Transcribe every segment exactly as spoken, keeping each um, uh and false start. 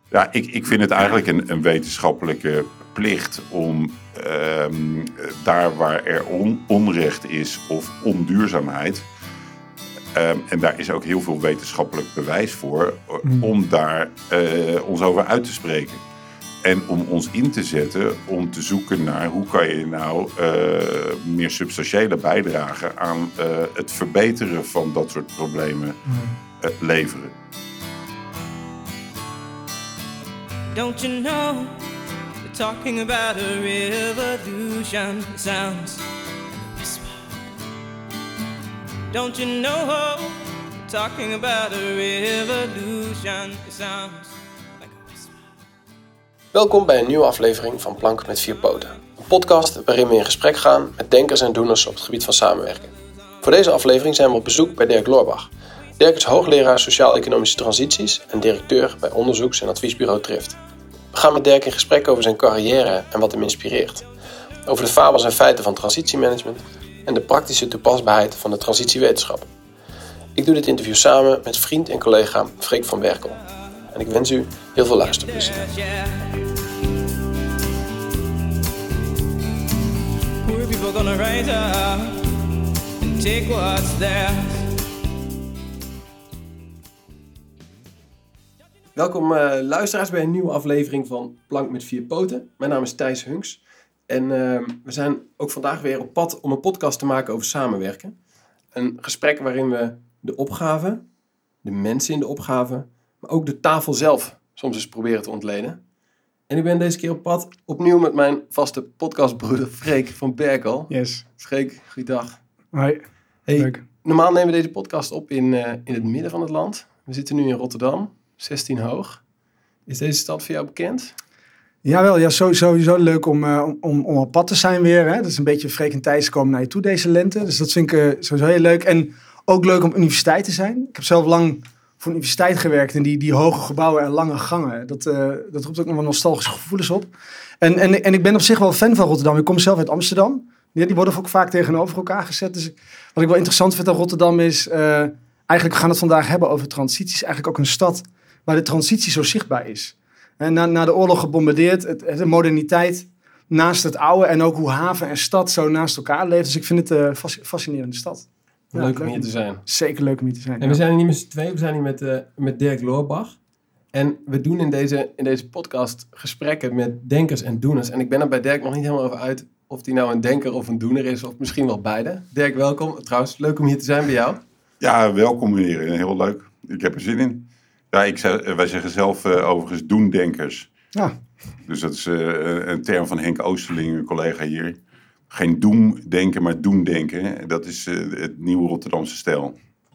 Ja, ik, ik vind het eigenlijk een, een wetenschappelijke plicht om um, daar waar er on, onrecht is of onduurzaamheid, um, en daar is ook heel veel wetenschappelijk bewijs voor, mm. om daar uh, ons over uit te spreken. En om ons in te zetten om te zoeken naar hoe kan je nou uh, meer substantiële bijdragen aan uh, het verbeteren van dat soort problemen mm. uh, leveren. Don't you know, they're talking about a revolution, it sounds like a whisper. Don't you know, they're talking about a revolution, it sounds like a whisper. Welkom bij een nieuwe aflevering van Plank met vier poten. Een podcast waarin we in gesprek gaan met denkers en doeners op het gebied van samenwerken. Voor deze aflevering zijn we op bezoek bij Dirk Loorbach. Dirk is hoogleraar Sociaal-Economische Transities en directeur bij onderzoeks- en adviesbureau Trift. We gaan met Dirk in gesprek over zijn carrière en wat hem inspireert. Over de fabels en feiten van transitiemanagement en de praktische toepasbaarheid van de transitiewetenschap. Ik doe dit interview samen met vriend en collega Freek van Berkel. En ik wens u heel veel luisterplezier. Poor people gonna rise up and take what's theirs. Welkom uh, luisteraars bij een nieuwe aflevering van Plank met vier poten. Mijn naam is Thijs Hunks en uh, we zijn ook vandaag weer op pad om een podcast te maken over samenwerken. Een gesprek waarin we de opgave, de mensen in de opgave, maar ook de tafel zelf soms eens proberen te ontleden. En ik ben deze keer op pad opnieuw met mijn vaste podcastbroeder Freek van Berkel. Yes. Freek, goeiedag. Hoi, hey, leuk. Normaal nemen we deze podcast op in, uh, in het midden van het land. We zitten nu in Rotterdam. zestien hoog. Is deze stad voor jou bekend? Jawel, ja, sowieso leuk om, uh, om, om op pad te zijn weer. Hè? Dat is een beetje Freek en Thijs komen naar je toe deze lente. Dus dat vind ik uh, sowieso heel leuk. En ook leuk om universiteit te zijn. Ik heb zelf lang voor een universiteit gewerkt. En die, die hoge gebouwen en lange gangen. Dat, uh, dat roept ook nog wel nostalgische gevoelens op. En, en, en ik ben op zich wel fan van Rotterdam. Ik kom zelf uit Amsterdam. Die, die worden ook vaak tegenover elkaar gezet. Dus wat ik wel interessant vind aan Rotterdam is... Uh, eigenlijk gaan we het vandaag hebben over transities. Eigenlijk ook een stad... waar de transitie zo zichtbaar is. En na, na de oorlog gebombardeerd, het, het, de moderniteit naast het oude... en ook hoe haven en stad zo naast elkaar leven. Dus ik vind het een uh, fascinerende stad. Ja, leuk om hier te zijn. Zeker leuk om hier te zijn. En ja. We zijn hier niet met z'n tweeën, we zijn hier met, uh, met Dirk Loorbach. En we doen in deze, in deze podcast gesprekken met denkers en doeners. En ik ben er bij Dirk nog niet helemaal over uit... of hij nou een denker of een doener is, of misschien wel beide. Dirk, welkom. Trouwens, leuk om hier te zijn bij jou. Ja, welkom meneer. Heel leuk. Ik heb er zin in. Ja, ik zeg, wij zeggen zelf uh, overigens doendenkers. Ja. Dus dat is uh, een term van Henk Oosterling, een collega hier. Geen doemdenken, maar doendenken. Dat is uh, het nieuwe Rotterdamse stijl.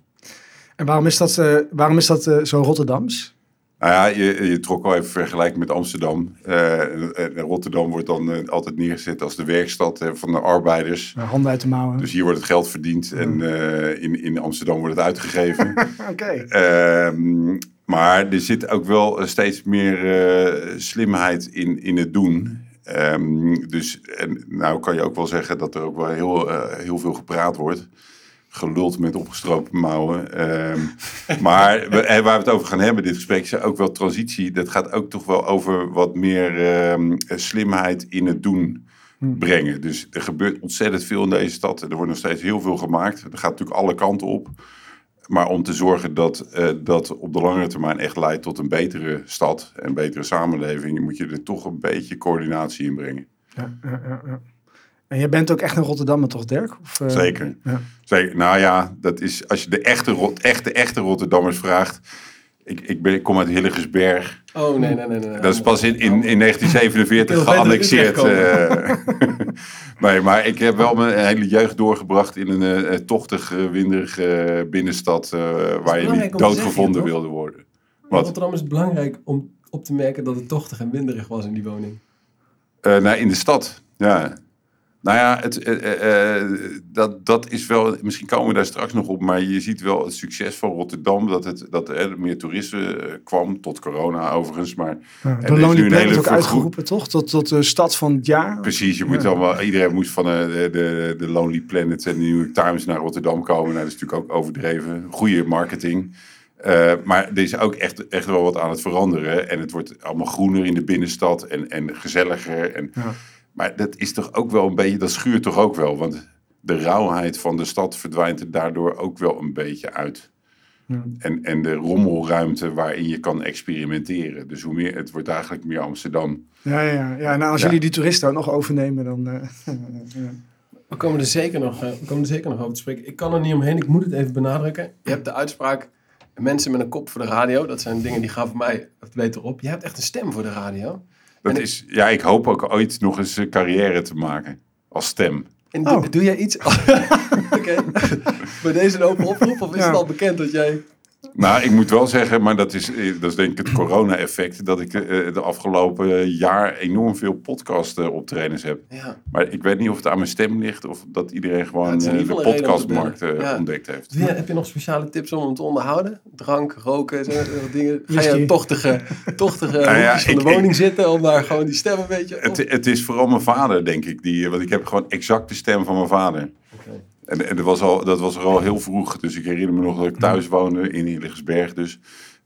En waarom is dat, uh, waarom is dat uh, zo Rotterdams? Nou ja, je, je trok al even vergelijking met Amsterdam. Uh, Rotterdam wordt dan uh, altijd neergezet als de werkstad uh, van de arbeiders. Ja, handen uit de mouwen. Dus hier wordt het geld verdiend ja. en uh, in, in Amsterdam wordt het uitgegeven. Oké. Okay. Uh, maar er zit ook wel steeds meer uh, slimheid in, in het doen. Um, dus en nou kan je ook wel zeggen dat er ook wel heel, uh, heel veel gepraat wordt. Geluld met opgestropen mouwen. Um, maar we, waar we het over gaan hebben, dit gesprek, is ook wel transitie. Dat gaat ook toch wel over wat meer um, slimheid in het doen brengen. Dus er gebeurt ontzettend veel in deze stad. Er wordt nog steeds heel veel gemaakt. Er gaat natuurlijk alle kanten op. Maar om te zorgen dat uh, dat op de langere termijn echt leidt tot een betere stad en een betere samenleving, moet je er toch een beetje coördinatie in brengen. Ja, ja, ja, ja. En jij bent ook echt een Rotterdammer, toch, Dirk? Of, uh, Zeker. Ja. Zeker. Nou ja, dat is als je de echte, echte, echte Rotterdammers vraagt. Ik, ik, ben, ik kom uit Hillegersberg. Oh, nee, nee, nee. nee. Dat is pas in, in, in negentien zevenenveertig geannexeerd. Uh, nee, maar ik heb wel mijn hele jeugd doorgebracht in een uh, tochtig, uh, winderige uh, binnenstad... Uh, waar je niet doodgevonden zeggen, wilde worden. In Rotterdam is het belangrijk om op te merken dat het tochtig en winderig was in die woning. Uh, nou, in de stad, ja. Nou ja, het, uh, uh, dat, dat is wel... Misschien komen we daar straks nog op, maar je ziet wel het succes van Rotterdam. Dat, het, dat er meer toeristen uh, kwam, tot corona overigens. Maar ja, de Lonely Planet is ook uitgeroepen, toch? Tot, tot de stad van het jaar. Precies, je moet ja. allemaal, iedereen moest van uh, de, de, de Lonely Planet en de New York Times naar Rotterdam komen. Nou, dat is natuurlijk ook overdreven. Goede marketing. Uh, maar er is ook echt, echt wel wat aan het veranderen. En het wordt allemaal groener in de binnenstad en, en gezelliger. En, ja. Maar dat is toch ook wel een beetje, dat schuurt toch ook wel. Want de rauwheid van de stad verdwijnt er daardoor ook wel een beetje uit. Ja. En, en de rommelruimte waarin je kan experimenteren. Dus hoe meer, het wordt eigenlijk meer Amsterdam. Ja, ja, ja. Nou, als ja. jullie die toeristen ook nog overnemen, dan... Uh, ja. We komen er zeker nog, uh, we komen er zeker nog over te spreken. Ik kan er niet omheen, ik moet het even benadrukken. Je hebt de uitspraak, mensen met een kop voor de radio. Dat zijn dingen die gaan voor mij het beter op. Je hebt echt een stem voor de radio. Dat is, ik, ja, ik hoop ook ooit nog eens een carrière te maken als stem. En oh. doe, doe jij iets? Oké. Okay. Bij deze een open oproep? Of is ja. het al bekend dat jij... Nou, ik moet wel zeggen, maar dat is, dat is denk ik het corona-effect... dat ik uh, de afgelopen jaar enorm veel podcast-optredens heb. Ja. Maar ik weet niet of het aan mijn stem ligt... of dat iedereen gewoon ja, uh, de podcastmarkt uh, ja. ontdekt heeft. Ja, heb je nog speciale tips om hem te onderhouden? Drank, roken, zo, dingen? Ga je in tochtige, tochtige nou ja, hoekjes van ik, de woning ik, zitten... om daar gewoon die stem een beetje... Het, het is vooral mijn vader, denk ik. Die, want ik heb gewoon exact de stem van mijn vader. Okay. En, en dat, was al, dat was er al heel vroeg. Dus ik herinner me nog dat ik thuis woonde in Hillegersberg. Dus.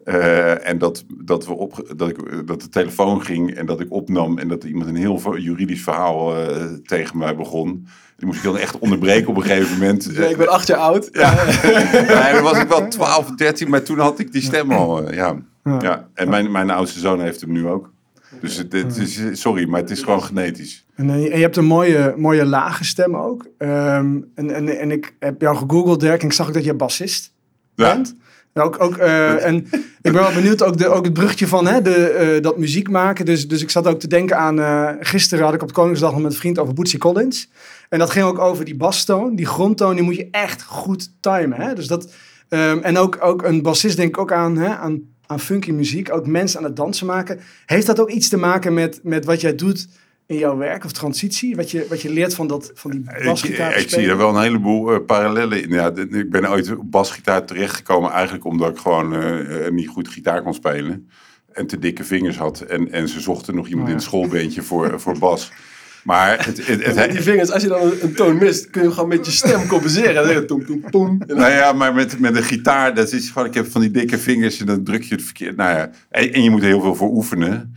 Uh, en dat, dat, we op, dat, ik, dat de telefoon ging en dat ik opnam. En dat iemand een heel juridisch verhaal uh, tegen mij begon. Die moest ik dan echt onderbreken op een gegeven moment. Ja, ik ben acht jaar oud. Ja, ja dan was ik wel twaalf, dertien. Maar toen had ik die stem al. Uh, ja. Ja. En mijn, mijn oudste zoon heeft hem nu ook. Dus het, het is, sorry, maar het is gewoon genetisch. En, en je hebt een mooie, mooie lage stem ook. Um, en, en, en ik heb jou gegoogeld, Dirk, en ik zag ook dat je bassist ja. bent. Ook, ook, uh, en ik ben wel benieuwd, ook, de, ook het bruggetje van hè, de, uh, dat muziek maken. Dus, dus ik zat ook te denken aan... Uh, gisteren had ik op de Koningsdag nog met een vriend over Bootsy Collins. En dat ging ook over die bastoon. Die grondtoon, die moet je echt goed timen. Hè? Dus dat, um, en ook, ook een bassist denk ik ook aan... Hè, aan aan funky muziek, ook mensen aan het dansen maken. Heeft dat ook iets te maken met, met wat jij doet in jouw werk of transitie? Wat je, wat je leert van, dat, van die basgitaar? Ik, ik zie er wel een heleboel uh, parallellen in. Ja, ik ben ooit op basgitaar terechtgekomen eigenlijk omdat ik gewoon uh, niet goed gitaar kon spelen. En te dikke vingers had. En, en ze zochten nog iemand oh, ja. in het schoolbeentje voor, voor bas. Maar het, het, het, met die vingers, als je dan een, een toon mist, kun je gewoon met je stem compenseren. Dan toem, toem, toem. Nou ja, maar met, met een gitaar, dat is gewoon, ik heb van die dikke vingers en dan druk je het verkeerd. Nou ja, en, en je moet er heel veel voor oefenen.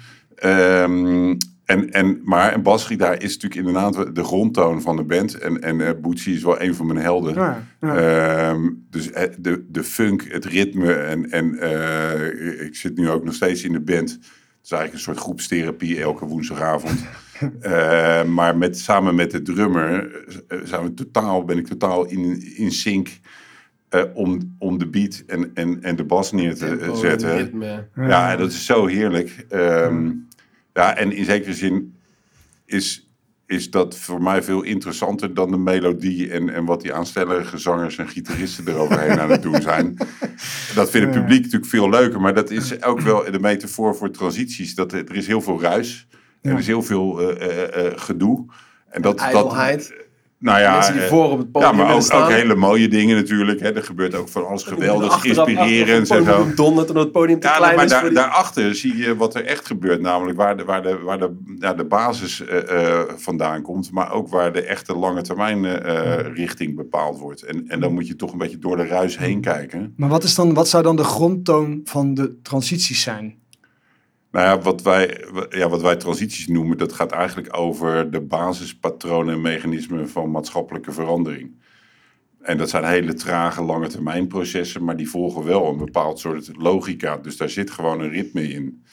Um, en, en, maar een basgitaar is natuurlijk inderdaad de grondtoon van de band. En, en uh, Bootsy is wel een van mijn helden. Ja, ja. Um, dus de, de funk, het ritme. En, en uh, ik zit nu ook nog steeds in de band. Het is eigenlijk een soort groepstherapie elke woensdagavond. Uh, maar met, samen met de drummer uh, zijn we totaal, ben ik totaal in, in sync uh, om, om de beat en, en, en de bas neer te uh, zetten. Ritme. Ja, dat is zo heerlijk. Um, ja, en in zekere zin is, is dat voor mij veel interessanter dan de melodie en, en wat die aanstellige zangers en gitaristen eroverheen aan het doen zijn. Dat vindt het publiek natuurlijk veel leuker, maar dat is ook wel de metafoor voor transities. Dat er is heel veel ruis. Ja. Er is heel veel uh, uh, uh, gedoe. En dat, ijdelheid. Dat, nou ja, mensen die voor op het podium ja, maar ook, staan. ook hele mooie dingen natuurlijk. Hè. Er gebeurt ook van alles geweldig, inspirerend. En zo. Dondert en het podium te ja, klein maar is. daar, die... daarachter zie je wat er echt gebeurt. Namelijk waar de, waar de, waar de, ja, de basis uh, uh, vandaan komt. Maar ook waar de echte lange termijn uh, richting bepaald wordt. En, en dan moet je toch een beetje door de ruis heen kijken. Maar wat, is dan, wat zou dan de grondtoon van de transities zijn? Nou ja, wat wij, ja, wat wij transities noemen, dat gaat eigenlijk over de basispatronen en mechanismen van maatschappelijke verandering. En dat zijn hele trage, lange termijn processen, maar die volgen wel een bepaald soort logica. Dus daar zit gewoon een ritme in.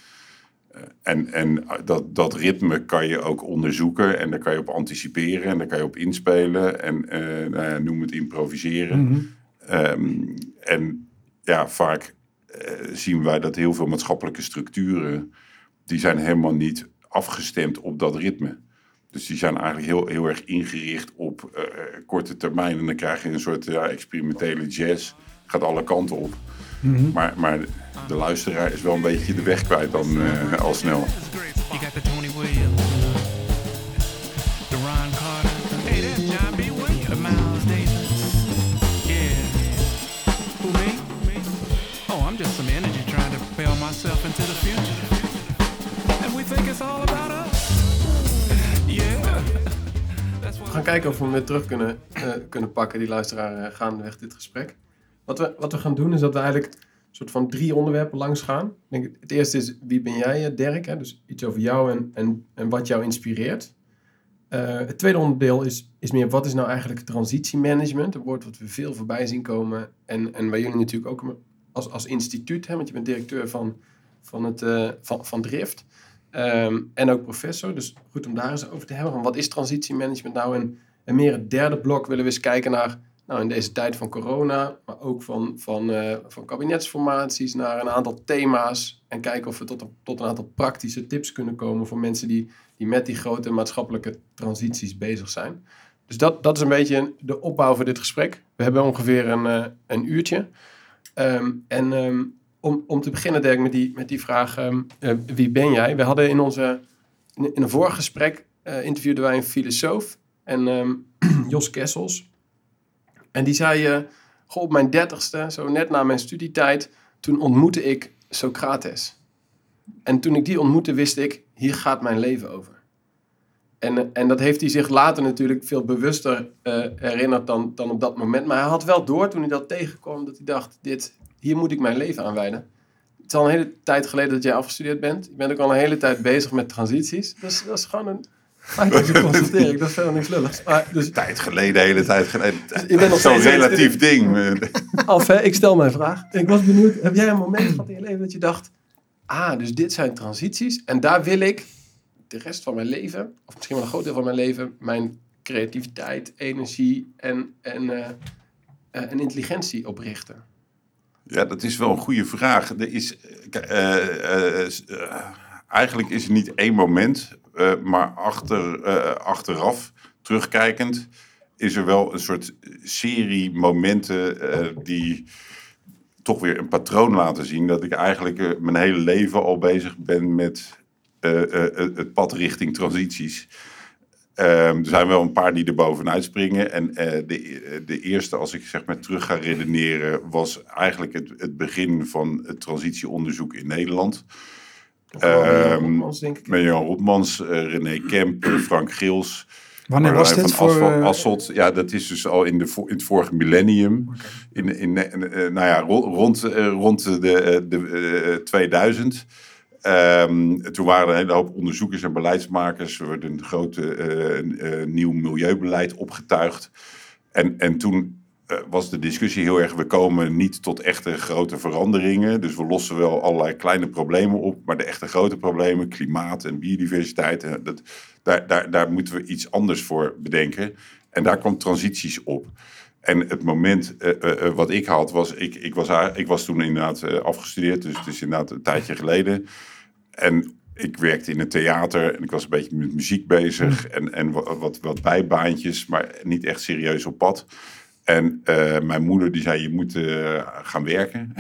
En, en dat, dat ritme kan je ook onderzoeken en daar kan je op anticiperen en daar kan je op inspelen en uh, nou ja, noem het improviseren. Mm-hmm. Um, en ja, vaak uh, zien wij dat heel veel maatschappelijke structuren, die zijn helemaal niet afgestemd op dat ritme. Dus die zijn eigenlijk heel, heel erg ingericht op uh, korte termijn. En dan krijg je een soort ja, experimentele jazz. Gaat alle kanten op. Mm-hmm. Maar, maar de luisteraar is wel een beetje de weg kwijt dan uh, al snel. We gaan kijken of we hem weer terug kunnen, uh, kunnen pakken, die luisteraar, uh, gaandeweg dit gesprek. Wat we, wat we gaan doen is dat we eigenlijk soort van drie onderwerpen langs gaan. Ik denk, het eerste is, wie ben jij, Dirk? Hè? Dus iets over jou en, en, en wat jou inspireert. Uh, het tweede onderdeel is, is meer, wat is nou eigenlijk transitiemanagement? Een woord wat we veel voorbij zien komen. En, en waar jullie natuurlijk ook als, als instituut, hè, want je bent directeur van, van, het, uh, van, van Drift. Um, en ook professor. Dus goed om daar eens over te hebben. Van wat is transitiemanagement nou? En, en meer het derde blok willen we eens kijken naar... Nou, in deze tijd van corona, maar ook van, van, uh, van kabinetsformaties naar een aantal thema's. En kijken of we tot een, tot een aantal praktische tips kunnen komen voor mensen die, die met die grote maatschappelijke transities bezig zijn. Dus dat, dat is een beetje de opbouw voor dit gesprek. We hebben ongeveer een, uh, een uurtje. Um, en um, om, om te beginnen, Dirk, met die, met die vraag, um, uh, wie ben jij? We hadden in, onze, in, in een vorig gesprek uh, interviewden wij een filosoof en um, Jos Kessels. En die zei, uh, goh, op mijn dertigste, zo net na mijn studietijd, toen ontmoette ik Socrates. En toen ik die ontmoette, wist ik, hier gaat mijn leven over. En, en dat heeft hij zich later natuurlijk veel bewuster uh, herinnerd dan, dan op dat moment. Maar hij had wel door, toen hij dat tegenkwam, dat hij dacht, dit, hier moet ik mijn leven aan wijden. Het is al een hele tijd geleden dat jij afgestudeerd bent. Je bent ook al een hele tijd bezig met transities. Dus dat is gewoon een... Ah, dat constateer ik, dat is verder niks lulligs. Maar dus, tijd geleden, hele tijd geleden. Dus ik ben nog zo'n steeds relatief in, ding. Af, hè? Ik stel mijn vraag. Ik was benieuwd, heb jij een moment gehad in je leven dat je dacht... Ah, dus dit zijn transities en daar wil ik de rest van mijn leven... of misschien wel een groot deel van mijn leven... mijn creativiteit, energie en, en, uh, uh, en intelligentie op richten? Ja, dat is wel een goede vraag. Er is... Uh, uh, uh, eigenlijk is er niet één moment... Uh, maar achter, uh, achteraf, terugkijkend, is er wel een soort serie momenten uh, die toch weer een patroon laten zien. Dat ik eigenlijk uh, mijn hele leven al bezig ben met uh, uh, het pad richting transities. Uh, er zijn wel een paar die er bovenuit springen. En uh, de, de eerste, als ik zeg maar terug ga redeneren, was eigenlijk het, het begin van het transitieonderzoek in Nederland. Um, met Jan Rotmans, uh, René Kemp, Frank Gils. Wanneer was dit van voor... Uh... Asselt. Ja, dat is dus al in, de, in het vorige millennium. Okay. In, in, in, uh, nou ja, rond, uh, rond de, de uh, tweeduizend. Um, toen waren er een hele hoop onderzoekers en beleidsmakers. Er werd een groot uh, uh, nieuw milieubeleid opgetuigd. En, en toen... Uh, was de discussie heel erg, we komen niet tot echte grote veranderingen. Dus we lossen wel allerlei kleine problemen op. Maar de echte grote problemen, klimaat en biodiversiteit, uh, dat, daar, daar, daar moeten we iets anders voor bedenken. En daar kwam transities op. En het moment uh, uh, wat ik had, was, ik, ik, was, ik was toen inderdaad uh, afgestudeerd. Dus het is inderdaad een tijdje geleden. En ik werkte in het theater en ik was een beetje met muziek bezig. Mm. En, en wat, wat, wat bijbaantjes, maar niet echt serieus op pad. En uh, mijn moeder die zei, je moet uh, gaan werken.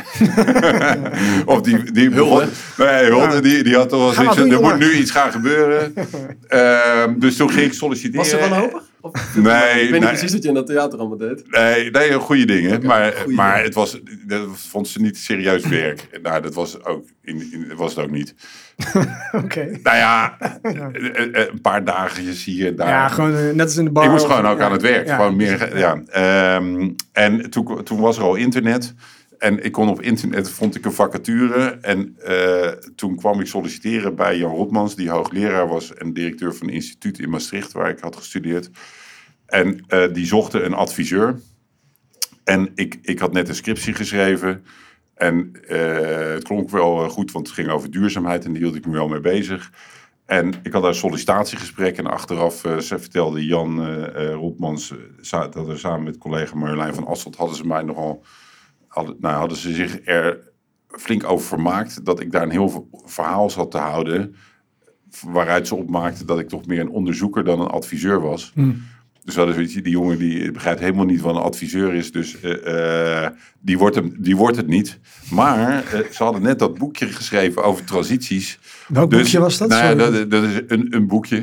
of die, die, Hulde. Nee, Hulde, die, die had toch wel zoiets van, er moet nu iets gaan gebeuren. uh, dus toen ging ik solliciteren. Was ze wanhopig? Of, nee. Ik weet nee, niet precies wat je in dat theater allemaal deed. Nee, nee goede dingen. Okay, maar goeie maar dingen. Het was, dat vond ze niet serieus werk. Nou, dat was, ook in, in, was het ook niet. Oké. Okay. Nou ja, ja, een paar dagjes hier en daar. Ja, gewoon net als in de bar. Ik moest gewoon ook ja, aan het werk. Ja, gewoon meer, ja. Um, en toen, toen was er al internet. En ik kon op internet, vond ik een vacature. En uh, toen kwam ik solliciteren bij Jan Rotmans, die hoogleraar was en directeur van een instituut in Maastricht, waar ik had gestudeerd. En uh, die zochten een adviseur. En ik, ik had net een scriptie geschreven. En uh, het klonk wel goed, want het ging over duurzaamheid en daar hield ik me wel mee bezig. En ik had daar een sollicitatiegesprek en achteraf uh, ze vertelde Jan uh, uh, Rotmans, uh, dat er samen met collega Marjolein van Asselt hadden ze mij nogal, hadden, nou, hadden ze zich er flink over vermaakt dat ik daar een heel verhaal zat te houden, waaruit ze opmaakten dat ik toch meer een onderzoeker dan een adviseur was. Hmm. Dus dat is, weet je, die jongen die begrijpt helemaal niet wat een adviseur is. Dus uh, uh, die, wordt hem, die wordt het niet. Maar uh, ze hadden net dat boekje geschreven over transities. Welk dus, boekje was dat? Nou ja, dat, dat is een, een boekje.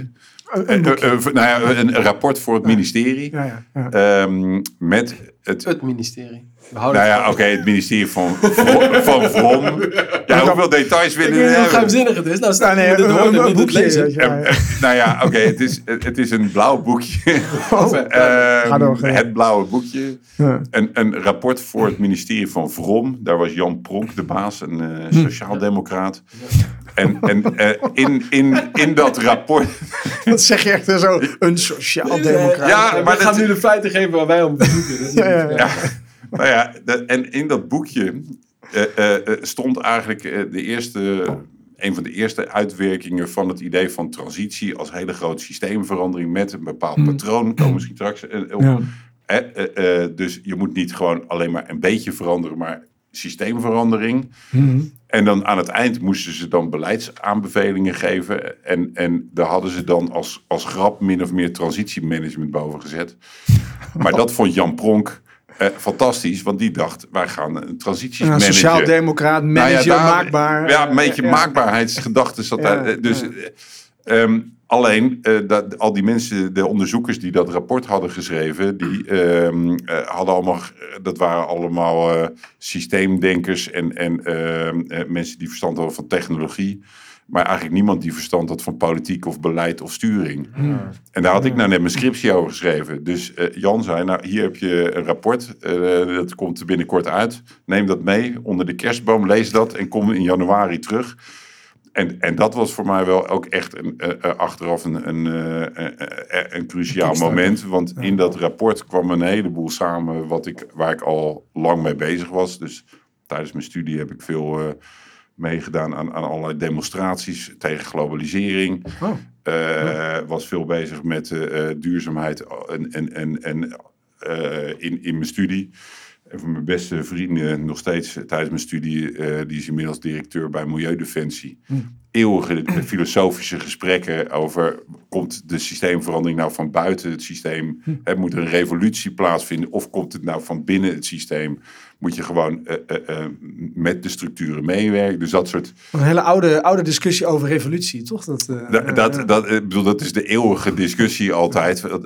Een, een boekje. Uh, uh, nou ja, een, een rapport voor het ja. ministerie. Ja, ja, ja. Um, met het... Het ministerie. Nou ja, oké, okay, het ministerie van, van Vrom. Ja, hoeveel details willen we hebben? Hoe geheimzinnig het is. Nou, nou nee, een, een, een, een boekje. Lezen. Ja, ja. Nou ja, oké, okay, het, is, het is een blauw boekje. Oh, uh, ga door, ga. Het blauwe boekje. Ja. Een, een rapport voor het ministerie van Vrom. Daar was Jan Pronk de baas, een uh, sociaaldemocraat. En, en uh, in, in, in dat rapport... Dat zeg je echt zo, een sociaaldemocraat. Ja, maar we gaan nu de feiten geven waar wij om bezoeken. Ja, ja, ja. ja. Nou ja, de, en in dat boekje uh, uh, stond eigenlijk uh, de eerste, een van de eerste uitwerkingen van het idee van transitie als hele grote systeemverandering met een bepaald mm. patroon. Komen misschien straks uh, op. Ja. Uh, uh, uh, dus je moet niet gewoon alleen maar een beetje veranderen, maar systeemverandering. Mm. En dan aan het eind moesten ze dan beleidsaanbevelingen geven. En, en daar hadden ze dan als, als grap min of meer transitiemanagement boven gezet. Maar dat vond Jan Pronk uh, fantastisch, want die dacht, wij gaan een transities managen. Een sociaaldemocraat, manager, nou ja, daar, maakbaar. Ja, een beetje ja, maakbaarheidsgedachten zat ja, daar. Dus, ja. um, alleen, uh, dat, al die mensen, de onderzoekers die dat rapport hadden geschreven, die um, uh, hadden allemaal, dat waren allemaal uh, systeemdenkers en, en uh, uh, mensen die verstand hadden van technologie. Maar eigenlijk niemand die verstand had van politiek of beleid of sturing. Hmm. En daar had ik nou net mijn scriptie over geschreven. Dus uh, Jan zei, nou hier heb je een rapport. Uh, dat komt binnenkort uit. Neem dat mee onder de kerstboom. Lees dat en kom in januari terug. En, en dat was voor mij wel ook echt een, uh, uh, achteraf een, een, uh, uh, uh, een cruciaal moment. Want ja. in dat rapport kwam een heleboel samen wat ik, waar ik al lang mee bezig was. Dus tijdens mijn studie heb ik veel... Uh, meegedaan aan, aan allerlei demonstraties tegen globalisering. Oh. Uh, was veel bezig met uh, duurzaamheid en, en, en, en, uh, in, in mijn studie. Een van mijn beste vrienden nog steeds tijdens mijn studie... Uh, die is inmiddels directeur bij Milieudefensie. Hmm. Eeuwige filosofische gesprekken over... komt de systeemverandering nou van buiten het systeem? Hmm. He, moet er een revolutie plaatsvinden? Of komt het nou van binnen het systeem? Moet je gewoon uh, uh, uh, met de structuren meewerken? Dus dat soort... Een hele oude, oude discussie over revolutie, toch? Dat, uh, da, dat, uh, dat, ik bedoel, dat is de eeuwige discussie altijd. Uh,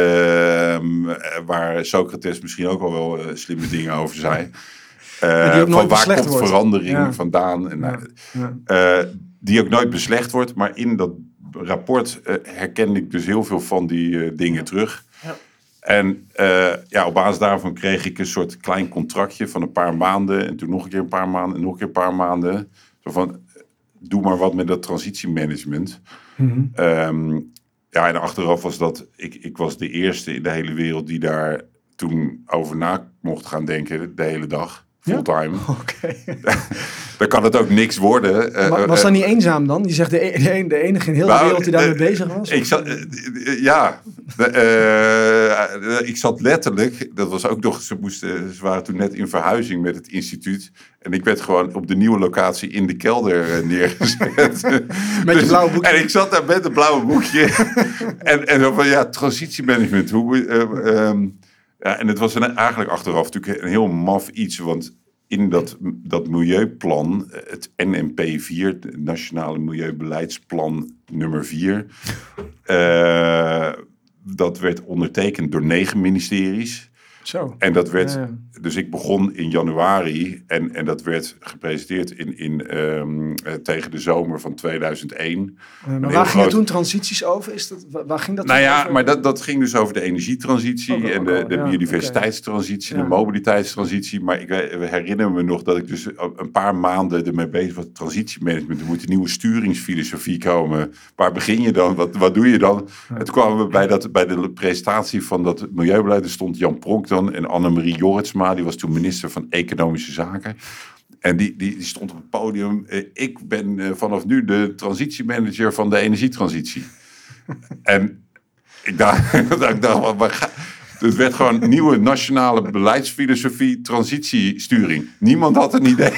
waar Socrates misschien ook al wel uh, slimme dingen over zei. Uh, van waar komt wordt. verandering ja. vandaan? En, ja. Ja. Uh, die ook nooit beslecht wordt. Maar in dat rapport uh, herkende ik dus heel veel van die uh, dingen ja. terug. Ja. En uh, ja, op basis daarvan kreeg ik een soort klein contractje van een paar maanden. En toen nog een keer een paar maanden en nog een keer een paar maanden. Zo van, doe maar wat met dat transitiemanagement. Mm-hmm. Um, ja, en achteraf was dat... Ik, ik was de eerste in de hele wereld die daar toen over na mocht gaan denken de hele dag. Fulltime. Ja? Oké. Okay. Dan kan het ook niks worden. Uh, was dat niet eenzaam dan? Je zegt de, e- de enige in heel de nou, wereld die daarmee uh, bezig was? Ik zat, uh, uh, ja. Uh, uh, ik zat letterlijk... Dat was ook nog... Ze, moesten, ze waren toen net in verhuizing met het instituut. En ik werd gewoon op de nieuwe locatie in de kelder uh, neergezet. Met je blauwe boekje. En ik zat daar met een blauwe boekje. en, en zo van, ja, transitiemanagement. Hoe... Uh, um, Ja, en het was een, eigenlijk achteraf natuurlijk een heel maf iets, want in dat, dat milieuplan, het N M P vier, het Nationale Milieubeleidsplan nummer vier, uh, dat werd ondertekend door negen ministeries. Zo. En dat werd, ja, ja. Dus ik begon in januari en, en dat werd gepresenteerd in, in, um, uh, tegen de zomer van tweeduizend één. Uh, maar waar gingen toen transities over? Is dat, waar ging dat nou ja, over? maar dat, dat ging dus over de energietransitie okay, en de, okay, de ja, biodiversiteitstransitie, okay. de mobiliteitstransitie. Maar ik herinner me nog dat ik dus een paar maanden ermee bezig was. Transitiemanagement, er moet een nieuwe sturingsfilosofie komen. Waar begin je dan? Wat, wat doe je dan? Ja. En toen kwamen we bij, dat, bij de presentatie van dat milieubeleid. Er stond Jan Pronk en Annemarie Jorritsma, die was toen minister van Economische Zaken. En die, die, die stond op het podium. Eh, ik ben eh, vanaf nu de transitiemanager van de energietransitie. En ik dacht, ik dacht wat, wat ga, het werd gewoon een nieuwe nationale beleidsfilosofie, transitiesturing. Niemand had een idee.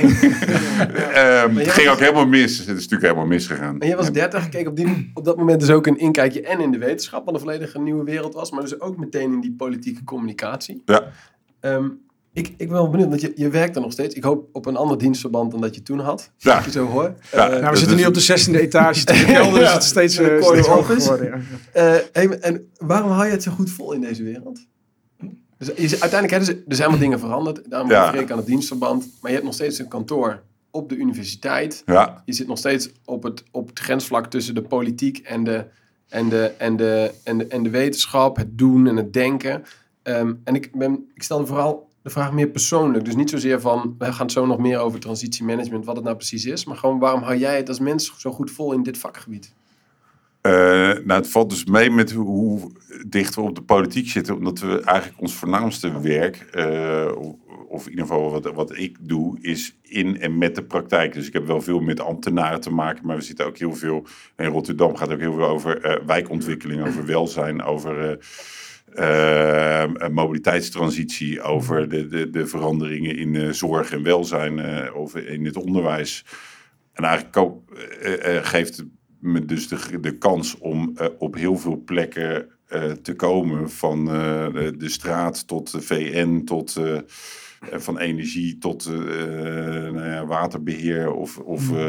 um, het ging ook helemaal mis. Het is natuurlijk helemaal misgegaan. En jij was dertig, keek op, die, op dat moment dus ook een inkijkje en in de wetenschap, wat een volledig een nieuwe wereld was, maar dus ook meteen in die politieke communicatie. Ja. Um, Ik, ik ben wel benieuwd, want je, je werkt er nog steeds. Ik hoop op een ander dienstverband dan dat je toen had. Ja. Als je zo hoor. Ja. Uh, nou, we zitten nu op de zestiende etage. De kelder is het steeds, uh, steeds hoger geworden. Ja. Uh, hey, en waarom hou je het zo goed vol in deze wereld? Dus, je, uiteindelijk hè, dus, er zijn allemaal dingen veranderd. Daarom Ja. refereer ik aan het dienstverband. Maar je hebt nog steeds een kantoor op de universiteit. Ja. Je zit nog steeds op het, op het grensvlak tussen de politiek en de, en de, en de, en de, en de wetenschap. Het doen en het denken. Um, en ik, ben, ik stelde vooral de vraag meer persoonlijk. Dus niet zozeer van, we gaan het zo nog meer over transitiemanagement, wat het nou precies is. Maar gewoon, waarom hou jij het als mens zo goed vol in dit vakgebied? Uh, nou, het valt dus mee met hoe, hoe dicht we op de politiek zitten. Omdat we eigenlijk ons voornaamste werk, uh, of in ieder geval wat, wat ik doe, is in en met de praktijk. Dus ik heb wel veel met ambtenaren te maken, maar we zitten ook heel veel, in Rotterdam gaat ook heel veel over uh, wijkontwikkeling, over welzijn, over... Uh, Uh, mobiliteitstransitie, over de, de, de veranderingen in uh, zorg en welzijn, uh, of in het onderwijs. En eigenlijk uh, uh, geeft het me dus de, de kans om uh, op heel veel plekken uh, te komen. Van uh, de, de straat tot de V N, tot uh, van energie tot uh, nou ja, waterbeheer of... of uh,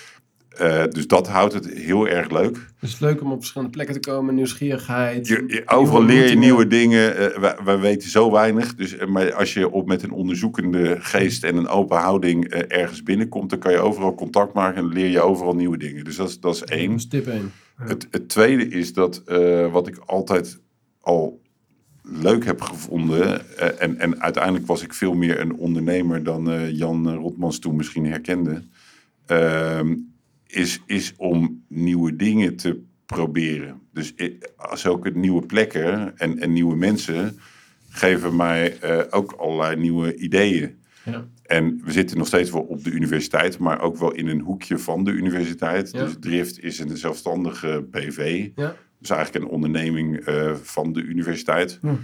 Uh, dus dat houdt het heel erg leuk. Dus het is leuk om op verschillende plekken te komen, nieuwsgierigheid. Je, je, overal leer je nieuwe dingen. Uh, wij, wij weten zo weinig. Dus, uh, maar als je op met een onderzoekende geest en een open houding uh, ergens binnenkomt, dan kan je overal contact maken en leer je overal nieuwe dingen. Dus dat is, dat is één. Dat is tip één. Ja. Het, het tweede is dat uh, wat ik altijd al leuk heb gevonden. Uh, en, en uiteindelijk was ik veel meer een ondernemer dan uh, Jan Rotmans toen misschien herkende. Uh, Is, is om nieuwe dingen te proberen. Dus zulke nieuwe plekken en, en nieuwe mensen geven mij uh, ook allerlei nieuwe ideeën. Ja. En we zitten nog steeds wel op de universiteit, maar ook wel in een hoekje van de universiteit. Ja. Dus Drift is een zelfstandige B V. Ja. Dus eigenlijk een onderneming uh, van de universiteit. Ja.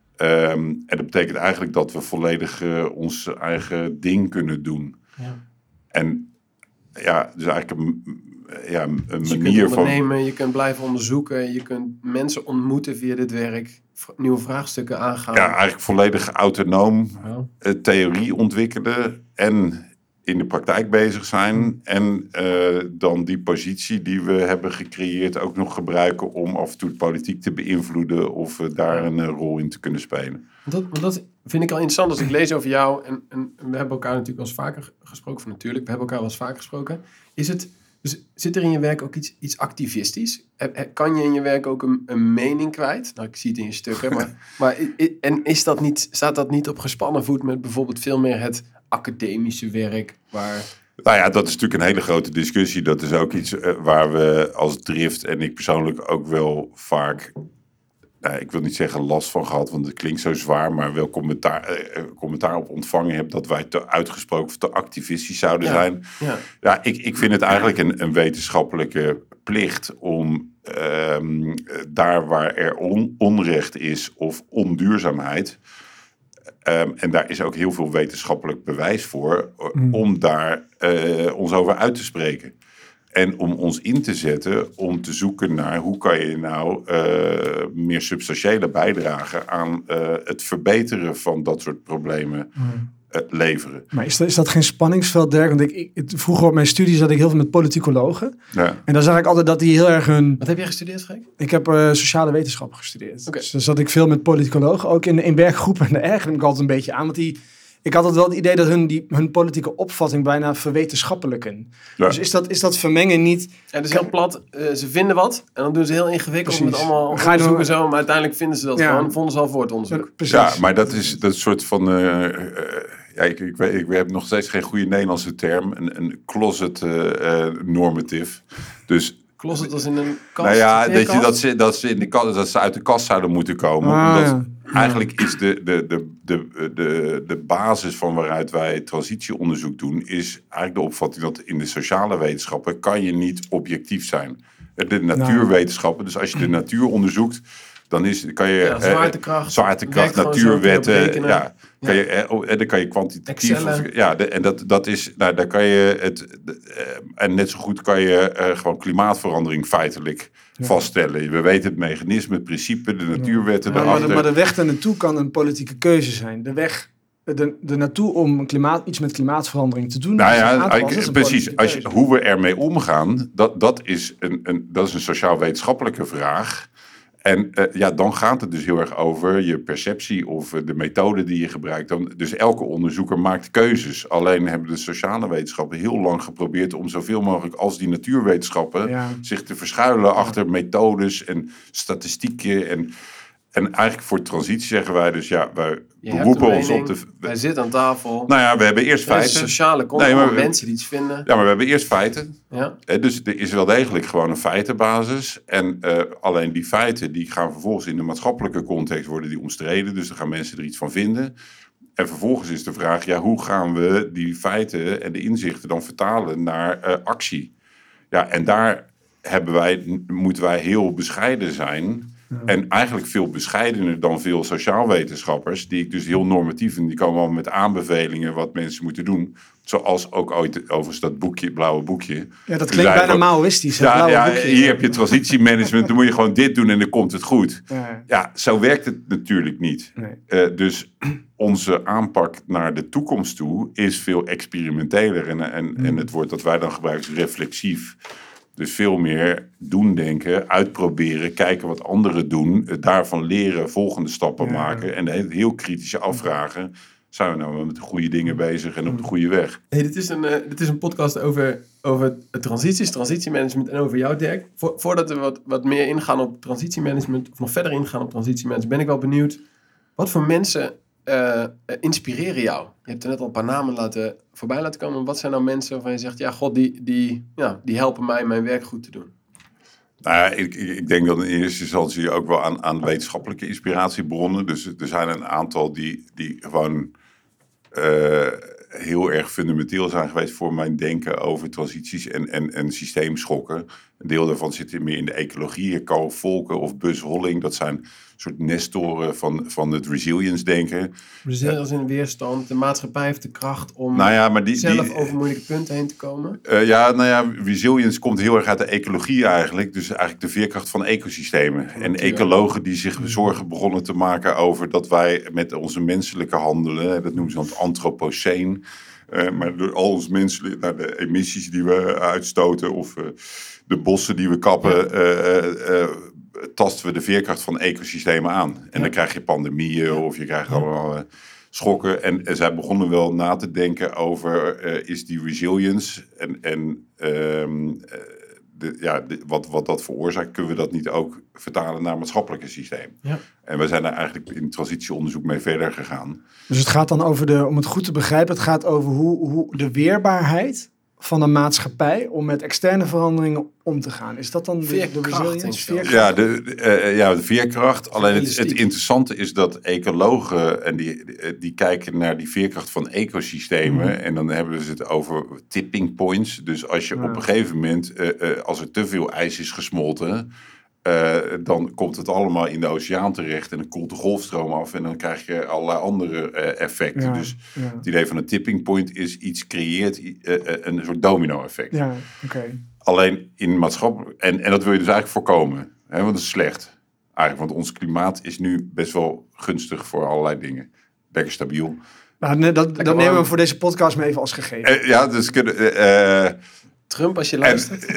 Um, en dat betekent eigenlijk dat we volledig uh, ons eigen ding kunnen doen. Ja. En ja, dus eigenlijk een, ja, een dus manier je kunt ondernemen, van... je kunt blijven onderzoeken, je kunt mensen ontmoeten via dit werk, nieuwe vraagstukken aangaan. Ja, eigenlijk volledig autonoom ja. theorie ontwikkelen en in de praktijk bezig zijn. En uh, dan die positie die we hebben gecreëerd ook nog gebruiken om af en toe de politiek te beïnvloeden of uh, daar een uh, rol in te kunnen spelen. Dat, dat vind ik al interessant als ik lees over jou. En, en we hebben elkaar natuurlijk wel eens vaker gesproken. Van natuurlijk, we hebben elkaar wel eens vaker gesproken. Is het, dus zit er in je werk ook iets, iets activistisch? Kan je in je werk ook een, een mening kwijt? Nou, ik zie het in je stukken. Maar, maar en is dat niet, staat dat niet op gespannen voet met bijvoorbeeld veel meer het academische werk? Waar... Nou ja, dat is natuurlijk een hele grote discussie. Dat is ook iets uh, waar we als Drift en ik persoonlijk ook wel vaak... Nou, ik wil niet zeggen last van gehad, want het klinkt zo zwaar, maar wel commentaar, eh, commentaar op ontvangen heb dat wij te uitgesproken of te activistisch zouden ja, zijn. Ja, ja ik, ik vind het eigenlijk een, een wetenschappelijke plicht om eh, daar waar er on, onrecht is of onduurzaamheid, eh, en daar is ook heel veel wetenschappelijk bewijs voor, mm. om daar eh, ons over uit te spreken. En om ons in te zetten om te zoeken naar hoe kan je nou uh, meer substantiële bijdragen aan uh, het verbeteren van dat soort problemen uh, leveren. Maar is dat, is dat geen spanningsveld, Dirk? Want ik, ik, vroeger op mijn studie zat ik heel veel met politicologen. Ja. En dan zag ik altijd dat die heel erg hun... Wat heb jij gestudeerd, Freek? Ik heb uh, sociale wetenschappen gestudeerd. Okay. Dus dan zat ik veel met politicologen, ook in, in werkgroepen. En daar ergerde ik altijd een beetje aan, want die... Ik had altijd wel het idee dat hun, die, hun politieke opvatting bijna verwetenschappelijken. Ja. Dus is dat, is dat vermengen niet... Ja, dus heel plat. Uh, ze vinden wat en dan doen ze heel ingewikkeld Precies. met allemaal onderzoeken en zo. Maar uiteindelijk vinden ze dat ja. gewoon. Vonden ze al voor het onderzoek. Ja, ja maar dat is dat soort van... Uh, uh, ja, ik, ik, ik, ik heb nog steeds geen goede Nederlandse term. Een, een closet uh, uh, normative. Dus... Closet als in een kast? Nou ja, dat, je, dat, ze, dat, ze in de kast, dat ze uit de kast zouden moeten komen. Ah, omdat ja. Eigenlijk is de, de, de, de, de, de basis van waaruit wij transitieonderzoek doen... is eigenlijk de opvatting dat in de sociale wetenschappen... kan je niet objectief zijn. De natuurwetenschappen, dus als je de natuur onderzoekt... dan is, kan je ja, zwaartekracht, eh, zwaartekracht natuurwetten... Ja, kan je, en dan kan je kwantitatief... Of, ja, de, en dat, dat is... Nou, daar kan je het... De, en net zo goed kan je uh, gewoon klimaatverandering feitelijk... Ja. vaststellen. We weten het mechanisme, het principe, de natuurwetten. Ja, maar, de, maar de weg daar naartoe kan een politieke keuze zijn. De weg de, de naartoe om klimaat, iets met klimaatverandering te doen. Nou Dus ja, een aantal was, ik, dat is een precies. Als je, politieke hoe we ermee omgaan, dat, dat, is een, een, dat is een sociaal-wetenschappelijke vraag. En uh, ja, dan gaat het dus heel erg over je perceptie of uh, de methode die je gebruikt. Dan, dus elke onderzoeker maakt keuzes. Alleen hebben de sociale wetenschappen heel lang geprobeerd om zoveel mogelijk als die natuurwetenschappen Ja. zich te verschuilen achter methodes en statistieken. En, en eigenlijk voor transitie zeggen wij dus, ja, wij Je beroepen hebt ons een op de... mening, Hij zit aan tafel. Nou ja, we hebben eerst Er is feiten. een sociale context, Nee, maar allemaal we- mensen die iets vinden. Ja, maar we hebben eerst feiten. Ja. Hè, dus er is wel degelijk gewoon een feitenbasis. En uh, alleen die feiten die gaan vervolgens in de maatschappelijke context worden die omstreden. Dus dan gaan mensen er iets van vinden. En vervolgens is de vraag, ja, hoe gaan we die feiten en de inzichten dan vertalen naar uh, actie? Ja, en daar hebben wij, moeten wij heel bescheiden zijn. Ja. En eigenlijk veel bescheidener dan veel sociaalwetenschappers, die ik dus heel normatief vind. Die komen al met aanbevelingen wat mensen moeten doen. Zoals ook ooit overigens dat boekje, blauwe boekje. Ja, dat klinkt bijna maoïstisch. Ja, ja, hier heb je transitiemanagement, dan moet je gewoon dit doen en dan komt het goed. Ja, ja zo werkt het natuurlijk niet. Nee. Uh, dus onze aanpak naar de toekomst toe is veel experimenteler. En, en, mm. en het woord dat wij dan gebruiken is reflexief. Dus veel meer doen, denken, uitproberen, kijken wat anderen doen, daarvan leren, volgende stappen ja. maken en heel kritische afvragen. Zijn we nou met de goede dingen bezig en op de goede weg? Hey, dit, is een, uh, dit is een podcast over, over transities, transitiemanagement en over jou, Dirk. Vo- voordat we wat, wat meer ingaan op transitiemanagement, of nog verder ingaan op transitiemanagement, ben ik wel benieuwd, wat voor mensen uh, inspireren jou? Je hebt er net al een paar namen laten, voorbij laten komen. Wat zijn nou mensen waarvan je zegt, ja, god, die, die, ja, die helpen mij mijn werk goed te doen? Nou ja, ik, ik denk dat in eerste instantie ook wel aan, aan wetenschappelijke inspiratiebronnen. Dus er zijn een aantal die, die gewoon uh, heel erg fundamenteel zijn geweest voor mijn denken over transities en, en, en systeemschokken. Een deel daarvan zit meer in de ecologie. Carl Volker of Buzz Holling, dat zijn soort nestoren van, van het resilience-denken. Resilience in weerstand. De maatschappij heeft de kracht om nou ja, maar die, zelf die, over moeilijke punten heen te komen. Uh, ja, nou ja, resilience komt heel erg uit de ecologie eigenlijk. Dus eigenlijk de veerkracht van ecosystemen. En ja. ecologen die zich zorgen begonnen te maken over dat wij met onze menselijke handelen, dat noemen ze dan het antropoceen, uh, maar door al ons menselijke, nou, de emissies die we uitstoten of uh, de bossen die we kappen, uh, uh, uh, tasten we de veerkracht van ecosystemen aan. En ja. dan krijg je pandemieën of je krijgt allemaal uh, schokken. En, en zij begonnen wel na te denken over, uh, is die resilience en, en um, uh, de, ja, de, wat, wat dat veroorzaakt, kunnen we dat niet ook vertalen naar het maatschappelijke systeem? Ja. En we zijn daar eigenlijk in transitieonderzoek mee verder gegaan. Dus het gaat dan over de, om het goed te begrijpen, het gaat over hoe, hoe de weerbaarheid van een maatschappij om met externe veranderingen om te gaan. Is dat dan de, de resilience? Veerkracht? Ja, de, uh, ja, de veerkracht. Alleen het, het interessante is dat ecologen, en die, die kijken naar die veerkracht van ecosystemen, mm. en dan hebben ze het over tipping points. Dus als je ja. op een gegeven moment, uh, uh, als er te veel ijs is gesmolten, Uh, dan komt het allemaal in de oceaan terecht en dan koelt de golfstroom af en dan krijg je allerlei andere uh, effecten. Ja, dus ja. het idee van een tipping point is iets creëert, uh, uh, een soort domino-effect. Ja, okay. Alleen in maatschappelijk, en, en dat wil je dus eigenlijk voorkomen, hè, want dat is slecht. Eigenlijk, want ons klimaat is nu best wel gunstig voor allerlei dingen. Lekker stabiel. Nou, nee, dat, dat nemen we voor deze podcast maar even als gegeven. Uh, ja, dus kunnen... Uh, Trump, als je luistert.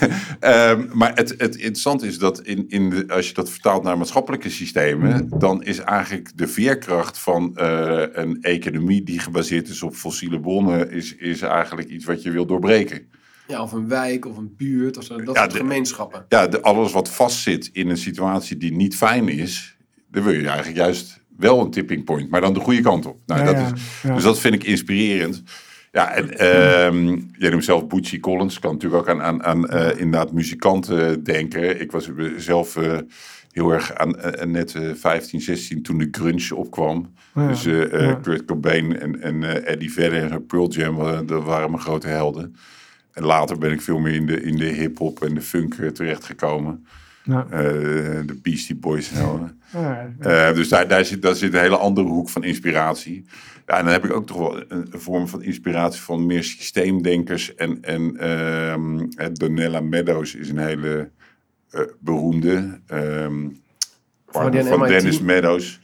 En, uh, maar het, het interessante is dat in, in de, als je dat vertaalt naar maatschappelijke systemen, dan is eigenlijk de veerkracht van uh, een economie die gebaseerd is op fossiele bronnen, is, is eigenlijk iets wat je wil doorbreken. Ja, of een wijk of een buurt of zo, dat ja, soort de, gemeenschappen. Ja, de, alles wat vastzit in een situatie die niet fijn is, dan wil je eigenlijk juist wel een tipping point, maar dan de goede kant op. Nou, ja, dat ja, is, ja. Dus dat vind ik inspirerend. Ja, en um, jij noemt zelf Bootsy Collins. Kan natuurlijk ook aan, aan, aan uh, inderdaad muzikanten denken. Ik was zelf uh, heel erg aan uh, net uh, vijftien, zestien toen de grunge opkwam. Ja, dus uh, uh, ja. Kurt Cobain en, en uh, Eddie Vedder en Pearl Jam, uh, dat waren mijn grote helden. En later ben ik veel meer in de, in de hip-hop en de funk uh, terechtgekomen. Ja. Uh, de Beastie Boys. Nou, ja, ja. Uh, dus daar, daar, zit, daar zit een hele andere hoek van inspiratie. Ja, en dan heb ik ook toch wel een, een vorm van inspiratie van meer systeemdenkers. En, en um, Donella Meadows is een hele uh, beroemde. Um, van Dennis Meadows.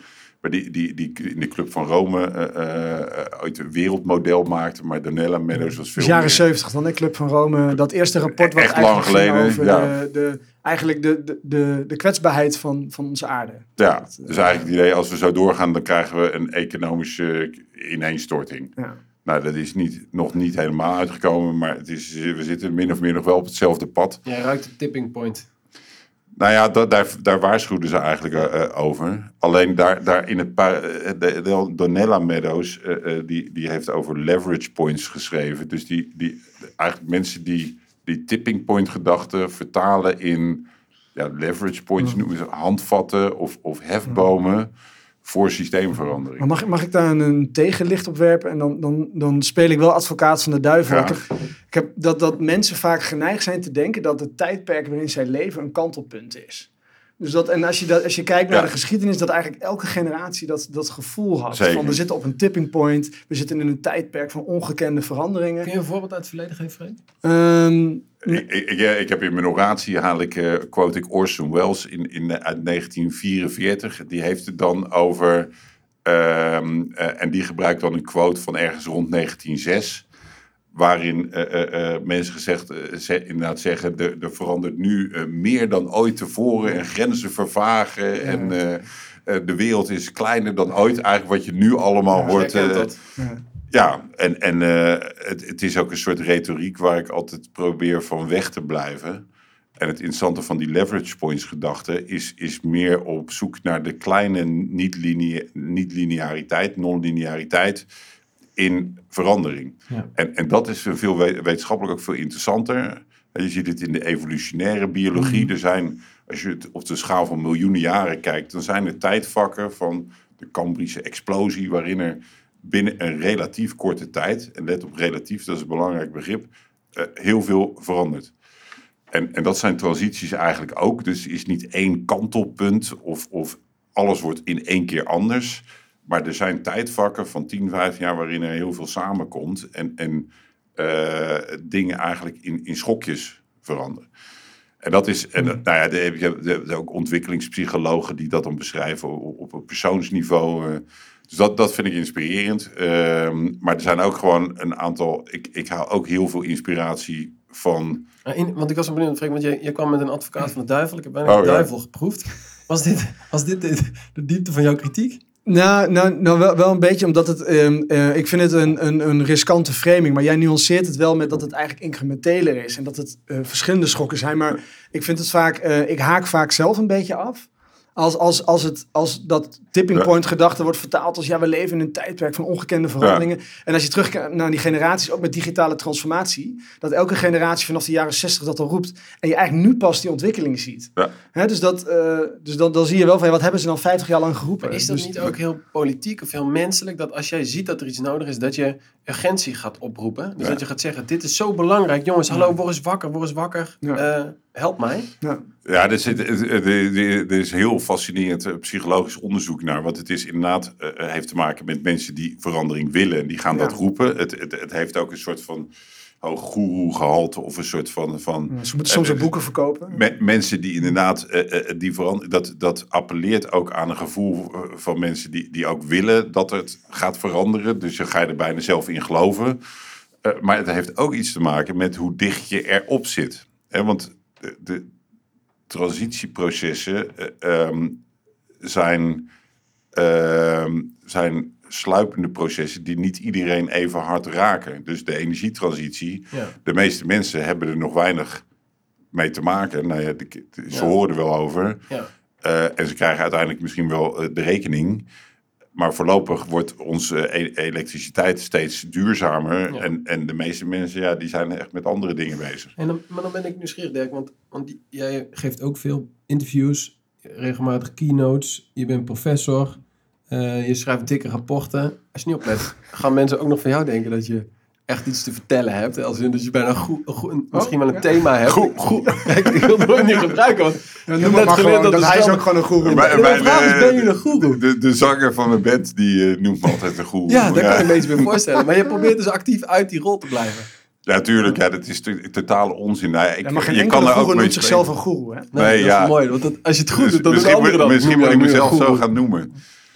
maar die, die, die in de Club van Rome uh, uh, ooit een wereldmodel maakte. Maar Donella Meadows was veel dus jaren meer. zeventig dan, de Club van Rome. Dat eerste rapport wat Echt eigenlijk lang geleden, ging over ja. de, de, eigenlijk de, de, de, de kwetsbaarheid van, van onze aarde. Ja, dat, dus eigenlijk het idee, als we zo doorgaan, dan krijgen we een economische ineenstorting. Ja. Nou, dat is niet, nog niet helemaal uitgekomen, maar het is, we zitten min of meer nog wel op hetzelfde pad. Jij ruikt de tipping point. Nou ja, dat, daar, daar waarschuwden ze eigenlijk uh, over. Alleen daar, daar in het pa- de, de Donella Meadows, uh, uh, die, die heeft over leverage points geschreven. Dus die, die eigenlijk mensen die die tipping point gedachten vertalen in ja, leverage points, mm. noemen ze handvatten of, of hefbomen mm. voor systeemverandering. Maar mag, mag ik daar een tegenlicht op werpen? En dan, dan, dan speel ik wel advocaat van de duivel. Ja. Ik heb, ik heb dat, dat mensen vaak geneigd zijn te denken dat het tijdperk waarin zij leven een kantelpunt is. Dus dat, en als je, dat, als je kijkt naar ja. de geschiedenis, dat eigenlijk elke generatie dat, dat gevoel had. Zeker. Van we zitten op een tipping point, we zitten in een tijdperk van ongekende veranderingen. Kun je een voorbeeld uit het verleden geven, Freek? Um, ik, ik, ik, ik heb in mijn oratie, haal ik, uh, quote ik Orson Welles in, in, uit negentien vierenveertig. Die heeft het dan over, um, uh, en die gebruikt dan een quote van ergens rond negentien zes. Waarin uh, uh, uh, mensen gezegd, uh, ze, inderdaad zeggen, er, er verandert nu uh, meer dan ooit tevoren en grenzen vervagen. Ja. En uh, uh, de wereld is kleiner dan ooit. Eigenlijk wat je nu allemaal ja, hoort. Uh, ja. ja, en, en uh, het, het is ook een soort retoriek waar ik altijd probeer van weg te blijven. En het interessante van die leverage points gedachte is, is meer op zoek naar de kleine niet-linea- niet-lineariteit, non-lineariteit in verandering. Ja. En, en dat is veel wetenschappelijk ook veel interessanter. Je ziet het in de evolutionaire biologie. Mm. Er zijn, als je het op de schaal van miljoenen jaren kijkt, dan zijn er tijdvakken van de Cambrische explosie, waarin er binnen een relatief korte tijd, en let op relatief, dat is een belangrijk begrip, uh, heel veel verandert. En, en dat zijn transities eigenlijk ook. Dus er is niet één kantelpunt of, of alles wordt in één keer anders. Maar er zijn tijdvakken van tien, vijftien jaar waarin er heel veel samenkomt. En, en uh, dingen eigenlijk in, in schokjes veranderen. En dat is, en, nou ja, er zijn ook ontwikkelingspsychologen die dat dan beschrijven op, op een persoonsniveau. Uh, dus dat, dat vind ik inspirerend. Uh, maar er zijn ook gewoon een aantal, ik, ik haal ook heel veel inspiratie van. In, want ik was benieuwd, Freek, want jij, jij kwam met een advocaat van de duivel. Ik heb bijna oh, de duivel ja. geproefd. Was dit, was dit de, de diepte van jouw kritiek? Nou, nou, nou wel, wel een beetje, omdat het, um, uh, ik vind het een, een, een riskante framing, maar jij nuanceert het wel met dat het eigenlijk incrementeler is en dat het uh, verschillende schokken zijn. Maar ik vind het vaak, uh, ik haak vaak zelf een beetje af. Als, als, als, het, als dat tipping point gedachte wordt vertaald als ja, we leven in een tijdperk van ongekende veranderingen. Ja. En als je terug naar die generaties, ook met digitale transformatie, dat elke generatie vanaf de jaren zestig dat al roept en je eigenlijk nu pas die ontwikkeling ziet. Ja. Hè, dus dat, uh, dus dan, dan zie je wel van ja, wat hebben ze dan vijftig jaar lang geroepen. Maar is dat dus, niet ook heel politiek of heel menselijk dat als jij ziet dat er iets nodig is, dat je urgentie gaat oproepen? Dus ja. dat je gaat zeggen, dit is zo belangrijk. Jongens, hallo, ja. word eens wakker, word eens wakker. Ja. Uh, help mij. Ja. Ja, er, zit, er, er is heel fascinerend psychologisch onderzoek naar. Want het is inderdaad, uh, heeft te maken met mensen die verandering willen. En die gaan ja. dat roepen. Het, het, het heeft ook een soort van hoog goeroe-gehalte. Of een soort van... van ja, ze moeten soms ook uh, boeken verkopen. Me, mensen die inderdaad, uh, uh, die veranderen. Dat, dat appelleert ook aan een gevoel van mensen die, die ook willen dat het gaat veranderen. Dus dan ga je er bijna zelf in geloven. Uh, maar het heeft ook iets te maken met hoe dicht je erop zit. He, want de... de transitieprocessen uh, um, zijn, uh, zijn sluipende processen die niet iedereen even hard raken. Dus de energietransitie, ja. de meeste mensen hebben er nog weinig mee te maken. Nou ja, de, de, ze ja. horen er wel over. Ja. Uh, en ze krijgen uiteindelijk misschien wel uh, de rekening. Maar voorlopig wordt onze e- elektriciteit steeds duurzamer. Ja. En, en de meeste mensen, ja, die zijn echt met andere dingen bezig. En dan, maar dan ben ik nieuwsgierig, Dirk. Want, want die, jij geeft ook veel interviews, regelmatig keynotes. Je bent professor. Uh, je schrijft dikke rapporten. Als je niet oplet, gaan mensen ook nog van jou denken dat je echt iets te vertellen hebt. Als in dat je bijna goed, goed, misschien oh, wel een ja. thema hebt. Goed, goed. Kijk, ik wil het nooit niet gebruiken. Want ja, noem maar gewoon, dat, dat hij is ook gewoon een goeroe. Maar, maar, de vraag is, ben je een goeroe? De, de, de zanger van mijn band, die uh, noemt me altijd een goeroe. Ja, daar ja. kan ik me eens bij voorstellen. Maar je probeert dus actief uit die rol te blijven. Ja, tuurlijk. Ja, dat is t- totale onzin. Nou, ik, ja, maar geen je kan er ook noemt zichzelf een goeroe, hè? Nee, nee dat ja. is mooi. Want dat, als je het goed dus doet, dan doen anderen dan. Misschien moet ik mezelf zo gaan noemen.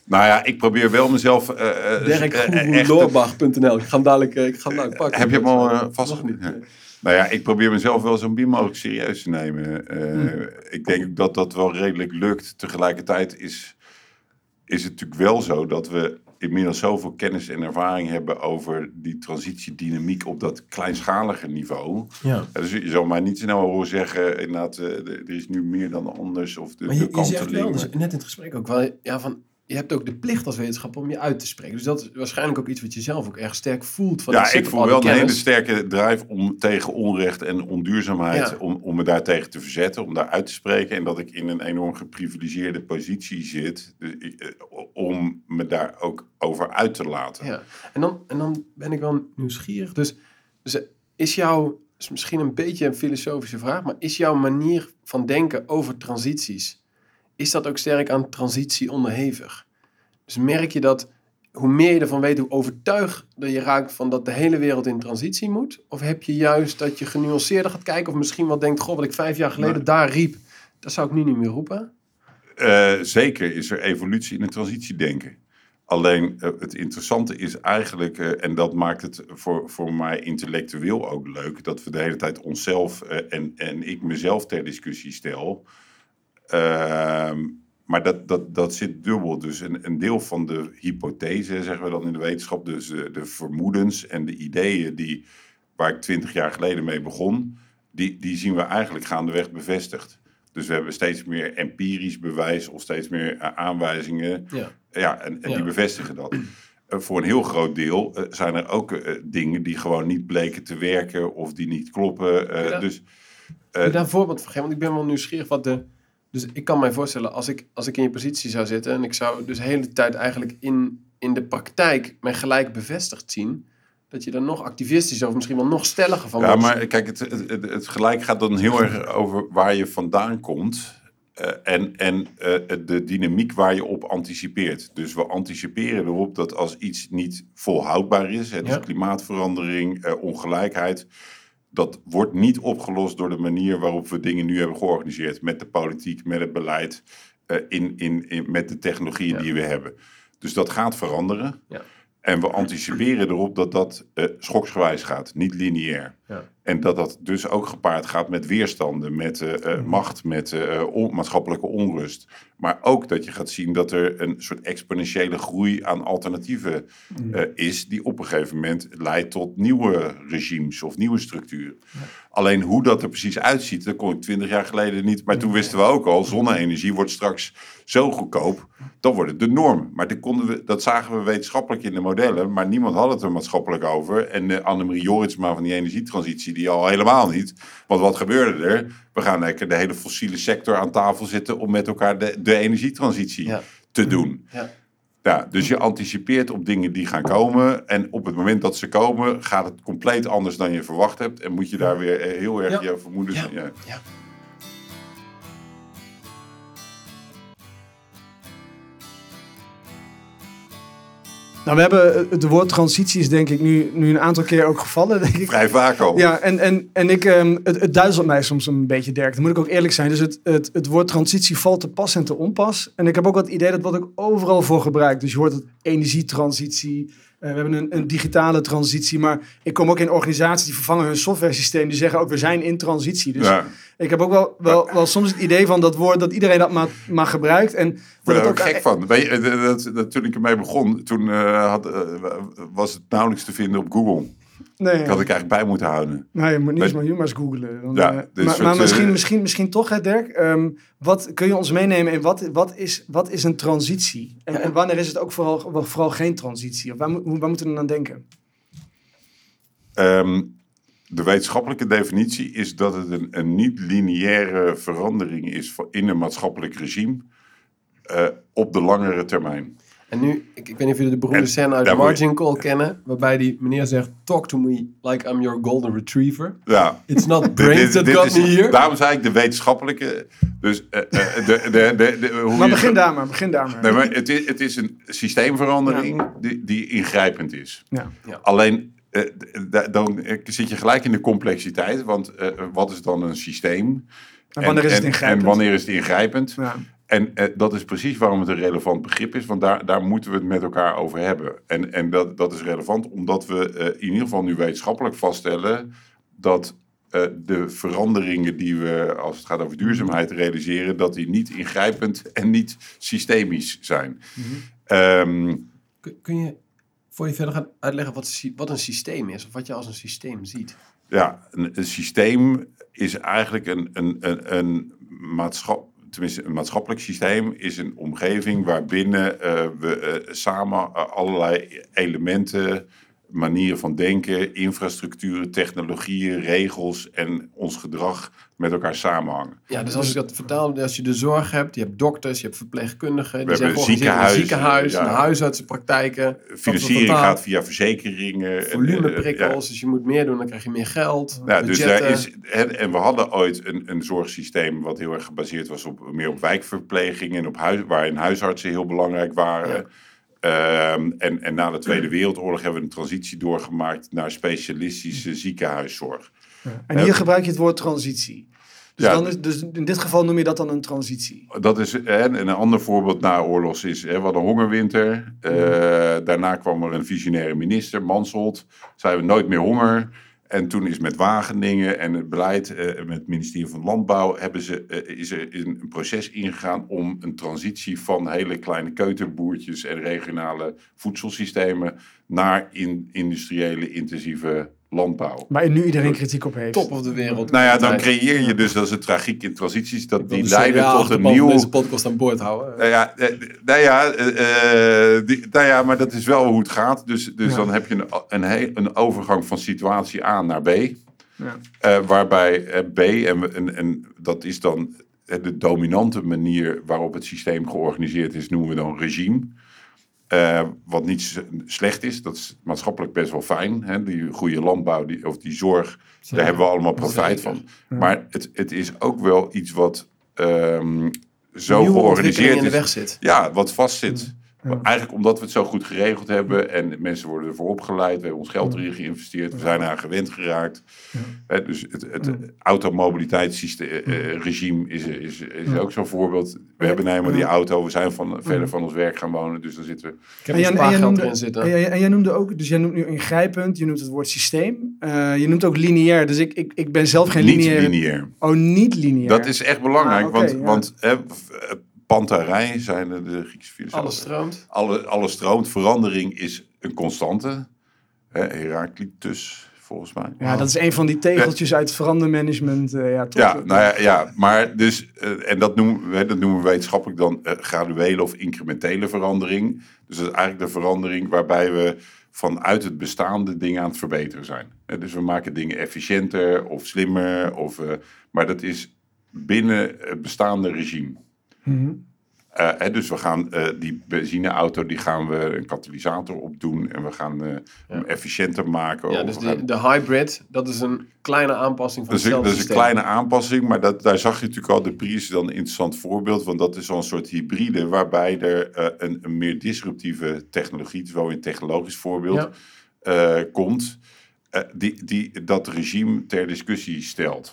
Nou ja, ik probeer wel mezelf... Uh, Dirk Loorbach punt n l. Ik ga hem dadelijk, ik ga hem dadelijk pakken. Heb je hem al uh, vast? Niet. Ja. Nou ja, ik probeer mezelf wel zo min mogelijk serieus te nemen. Uh, hmm. Ik denk dat dat wel redelijk lukt. Tegelijkertijd is, is het natuurlijk wel zo dat we inmiddels zoveel kennis en ervaring hebben over die transitiedynamiek op dat kleinschalige niveau. Ja. Dus je zal mij niet snel horen zeggen, inderdaad, uh, er is nu meer dan anders. Of de, maar je, de je zegt wel, dus net in het gesprek ook wel, ja, van... Je hebt ook de plicht als wetenschapper om je uit te spreken. Dus dat is waarschijnlijk ook iets wat je zelf ook erg sterk voelt. Van ja, ik voel wel kennis. Een hele sterke drive om tegen onrecht en onduurzaamheid... Ja. Om, om me daar tegen te verzetten, om daar uit te spreken. En dat ik in een enorm geprivilegeerde positie zit... Dus ik, om me daar ook over uit te laten. Ja. En, dan, en dan ben ik wel nieuwsgierig. Dus, dus is jouw... is misschien een beetje een filosofische vraag... maar is jouw manier van denken over transities... is dat ook sterk aan transitie onderhevig? Dus merk je dat, hoe meer je ervan weet, hoe overtuigder je raakt van dat de hele wereld in transitie moet? Of heb je juist dat je genuanceerder gaat kijken of misschien wel denkt, goh, wat ik vijf jaar geleden nee. daar riep, dat zou ik nu niet meer roepen? Uh, zeker is er evolutie in het transitiedenken. Alleen uh, het interessante is eigenlijk, uh, en dat maakt het voor, voor mij intellectueel ook leuk, dat we de hele tijd onszelf uh, en, en ik mezelf ter discussie stel. Uh, maar dat, dat, dat zit dubbel. Dus een, een deel van de hypothese, zeggen we dan in de wetenschap, dus de, de vermoedens en de ideeën die, waar ik twintig jaar geleden mee begon, die, die zien we eigenlijk gaandeweg bevestigd. Dus we hebben steeds meer empirisch bewijs of steeds meer uh, aanwijzingen. Ja. Ja, en, en ja. die bevestigen dat. Uh, voor een heel groot deel uh, zijn er ook uh, dingen die gewoon niet bleken te werken of die niet kloppen. Uh, ja. Dus, uh, Kun je daar een voorbeeld van geven? Want ik ben wel nieuwsgierig wat de... Dus ik kan mij voorstellen, als ik, als ik in je positie zou zitten... en ik zou dus de hele tijd eigenlijk in, in de praktijk mij gelijk bevestigd zien... dat je dan nog activistisch of misschien wel nog stelliger van wordt. Ja, maar kijk, het, het, het gelijk gaat dan heel erg over waar je vandaan komt... Uh, en en uh, de dynamiek waar je op anticipeert. Dus we anticiperen erop dat als iets niet volhoudbaar is... Hè, dus ja. klimaatverandering, uh, ongelijkheid... dat wordt niet opgelost door de manier waarop we dingen nu hebben georganiseerd. Met de politiek, met het beleid, uh, in, in, in, met de technologieën ja. die we hebben. Dus dat gaat veranderen. Ja. En we anticiperen erop dat dat uh, schoksgewijs gaat, niet lineair. Ja. En dat dat dus ook gepaard gaat met weerstanden, met uh, uh, macht, met uh, on- maatschappelijke onrust. Maar ook dat je gaat zien dat er een soort exponentiële groei aan alternatieven uh, is... die op een gegeven moment leidt tot nieuwe regimes of nieuwe structuren. Ja. Alleen hoe dat er precies uitziet, dat kon ik twintig jaar geleden niet. Maar toen wisten we ook al, zonne-energie wordt straks zo goedkoop, dan wordt het de norm. Maar dat, konden we, dat zagen we wetenschappelijk in de modellen, maar niemand had het er maatschappelijk over. En uh, Annemarie Jorritsma van die energietransitie, die al helemaal niet. Want wat gebeurde er? We gaan lekker de hele fossiele sector aan tafel zitten om met elkaar de, de energietransitie ja. te doen. Ja. Ja, dus je anticipeert op dingen die gaan komen. En op het moment dat ze komen, gaat het compleet anders dan je verwacht hebt. En moet je daar weer heel erg ja. je vermoedens... Ja. Ja. Ja. Nou, we hebben het woord transitie is denk ik nu, nu een aantal keer ook gevallen, denk ik. Vrij vaak al. Ja, en, en, en ik, um, het, het duizelt mij soms een beetje, Dirk. Dan moet ik ook eerlijk zijn. Dus het, het, het woord transitie valt te pas en te onpas. En ik heb ook het idee dat wat ik overal voor gebruik. Dus je hoort het energietransitie. Uh, we hebben een, een digitale transitie. Maar ik kom ook in organisaties die vervangen hun softwaresysteem. Die zeggen ook, we zijn in transitie. Dus ja. ik heb ook wel, wel, wel soms het idee van dat woord, dat iedereen dat maar, maar gebruikt. En ik ben er ook gek a- van. Weet je, dat, dat, toen ik ermee begon, toen uh, had, uh, was het nauwelijks te vinden op Google. Nee, dat had ik eigenlijk bij moeten houden. Nou, je moet niet eens maar, maar eens googlen. Dan, ja, uh, maar, maar misschien, uh, misschien, misschien toch, hè, Dirk. Um, wat kun je ons meenemen in wat, wat, is, wat is een transitie? En, ja. en wanneer is het ook vooral, vooral geen transitie? Of waar, waar moeten we dan aan denken? Um, de wetenschappelijke definitie is dat het een, een niet-lineaire verandering is in een maatschappelijk regime uh, op de langere termijn. En nu, ik, ik weet niet of jullie de beroemde scène uit Margin Call kennen, waarbij die meneer zegt, talk to me like I'm your golden retriever. Ja. It's not brains that got me here. Daarom zei ik de wetenschappelijke, dus uh, uh, de, de, de, de, de, hoe maar begin je, daar maar, begin daar maar. Nee, maar het is, het is een systeemverandering ja. die, die ingrijpend is. Ja. Ja. Alleen, uh, d- dan zit je gelijk in de complexiteit, want uh, wat is dan een systeem? En wanneer is het ingrijpend? En, en wanneer is het ingrijpend? Ja. En uh, dat is precies waarom het een relevant begrip is. Want daar, daar moeten we het met elkaar over hebben. En, en dat, dat is relevant omdat we uh, in ieder geval nu wetenschappelijk vaststellen... dat uh, de veranderingen die we, als het gaat over duurzaamheid, realiseren... dat die niet ingrijpend en niet systemisch zijn. Mm-hmm. Um, kun, kun je, voor je verder gaat uitleggen wat, wat een systeem is... of wat je als een systeem ziet? Ja, een, een systeem is eigenlijk een, een, een, een maatschap... Tenminste, een maatschappelijk systeem is een omgeving waarbinnen uh, we uh, samen uh, allerlei elementen, manieren van denken, infrastructuren, technologieën, regels en ons gedrag met elkaar samenhangen. Ja, dus als ik dat vertaal, als je de zorg hebt, je hebt dokters, je hebt verpleegkundigen, die we zijn hebben ziekenhuis, een ziekenhuis, ja. de huisartsenpraktijken. Financiering gaat via verzekeringen. Volumeprikkels, uh, ja. dus je moet meer doen, dan krijg je meer geld. Ja, dus daar is, en, en we hadden ooit een, een zorgsysteem wat heel erg gebaseerd was op meer op wijkverpleging en op huis, waarin huisartsen heel belangrijk waren. Ja. Um, en, en na de Tweede Wereldoorlog hebben we een transitie doorgemaakt naar specialistische ziekenhuiszorg. Ja. En hier uh, gebruik je het woord transitie. Dus, ja, dan is, dus in dit geval noem je dat dan een transitie? Dat is, en een ander voorbeeld na oorlogs is, hè, we hadden hongerwinter. Uh, daarna kwam er een visionaire minister, Mansholt. Zeiden we nooit meer honger. En toen is met Wageningen en het beleid, uh, met het ministerie van Landbouw, hebben ze, uh, is er een proces ingegaan om een transitie van hele kleine keuterboertjes en regionale voedselsystemen naar in, industriële intensieve landbouw. Waar nu iedereen kritiek op heeft. Top of de wereld. Nou ja, dan creëer je dus, dat is een tragiek in transities, dat die dus leiden ja, tot een nieuw... deze podcast aan boord houden. Nou ja, nou ja, uh, die, nou ja, maar dat is wel hoe het gaat. Dus, dus ja. dan heb je een, een, een overgang van situatie A naar B. Ja. Uh, waarbij uh, B, en, en, en dat is dan de dominante manier waarop het systeem georganiseerd is, noemen we dan regime. Uh, wat niet slecht is, dat is maatschappelijk best wel fijn. Hè? Die goede landbouw, die, of die zorg, ja, daar hebben we allemaal profijt van. Ja. Maar het, het is ook wel iets wat um, zo Nieuwe georganiseerd in de is. weg zit. Ja, wat vastzit. Ja. Eigenlijk omdat we het zo goed geregeld hebben en mensen worden ervoor opgeleid. We hebben ons geld erin geïnvesteerd. We zijn eraan gewend geraakt. Ja. He, dus het, het ja. automobiliteitsregime is, is, is ja. ook zo'n voorbeeld. We ja. hebben helemaal die auto. We zijn van, ja. verder van ons werk gaan wonen. Dus dan zitten we... Ik heb een spaargeld erin zitten. En jij, en jij noemde ook... Dus jij noemt nu ingrijpend. Je noemt het woord systeem. Uh, je noemt ook lineair. Dus ik, ik, ik ben zelf geen niet lineair... Niet lineair. Oh, niet lineair. Dat is echt belangrijk. Ah, okay, want... ja. want hè, Pantarij zijn de Griekse filosofen. Alles stroomt. Alle, alles stroomt. Verandering is een constante. Heraclitus, volgens mij. Ja, dat is een van die tegeltjes ja. uit verandermanagement. Uh, ja, ja, nou ja, ja, maar dus... Uh, en dat noemen, we, dat noemen we wetenschappelijk dan uh, graduele of incrementele verandering. Dus dat is eigenlijk de verandering waarbij we vanuit het bestaande dingen aan het verbeteren zijn. Uh, dus we maken dingen efficiënter of slimmer. Of, uh, maar dat is binnen het bestaande regime. Mm-hmm. Uh, hè, dus we gaan uh, die benzineauto, die gaan we een katalysator op doen en we gaan uh, ja. hem efficiënter maken. Ja, dus de, gaan... de hybrid, dat is een kleine aanpassing van dat het is, dat is systeem. een kleine aanpassing, maar dat, daar zag je natuurlijk al, de Prius is dan een interessant voorbeeld, want dat is al een soort hybride waarbij er uh, een, een meer disruptieve technologie, het is wel een technologisch voorbeeld, ja. uh, komt, uh, die, die dat regime ter discussie stelt.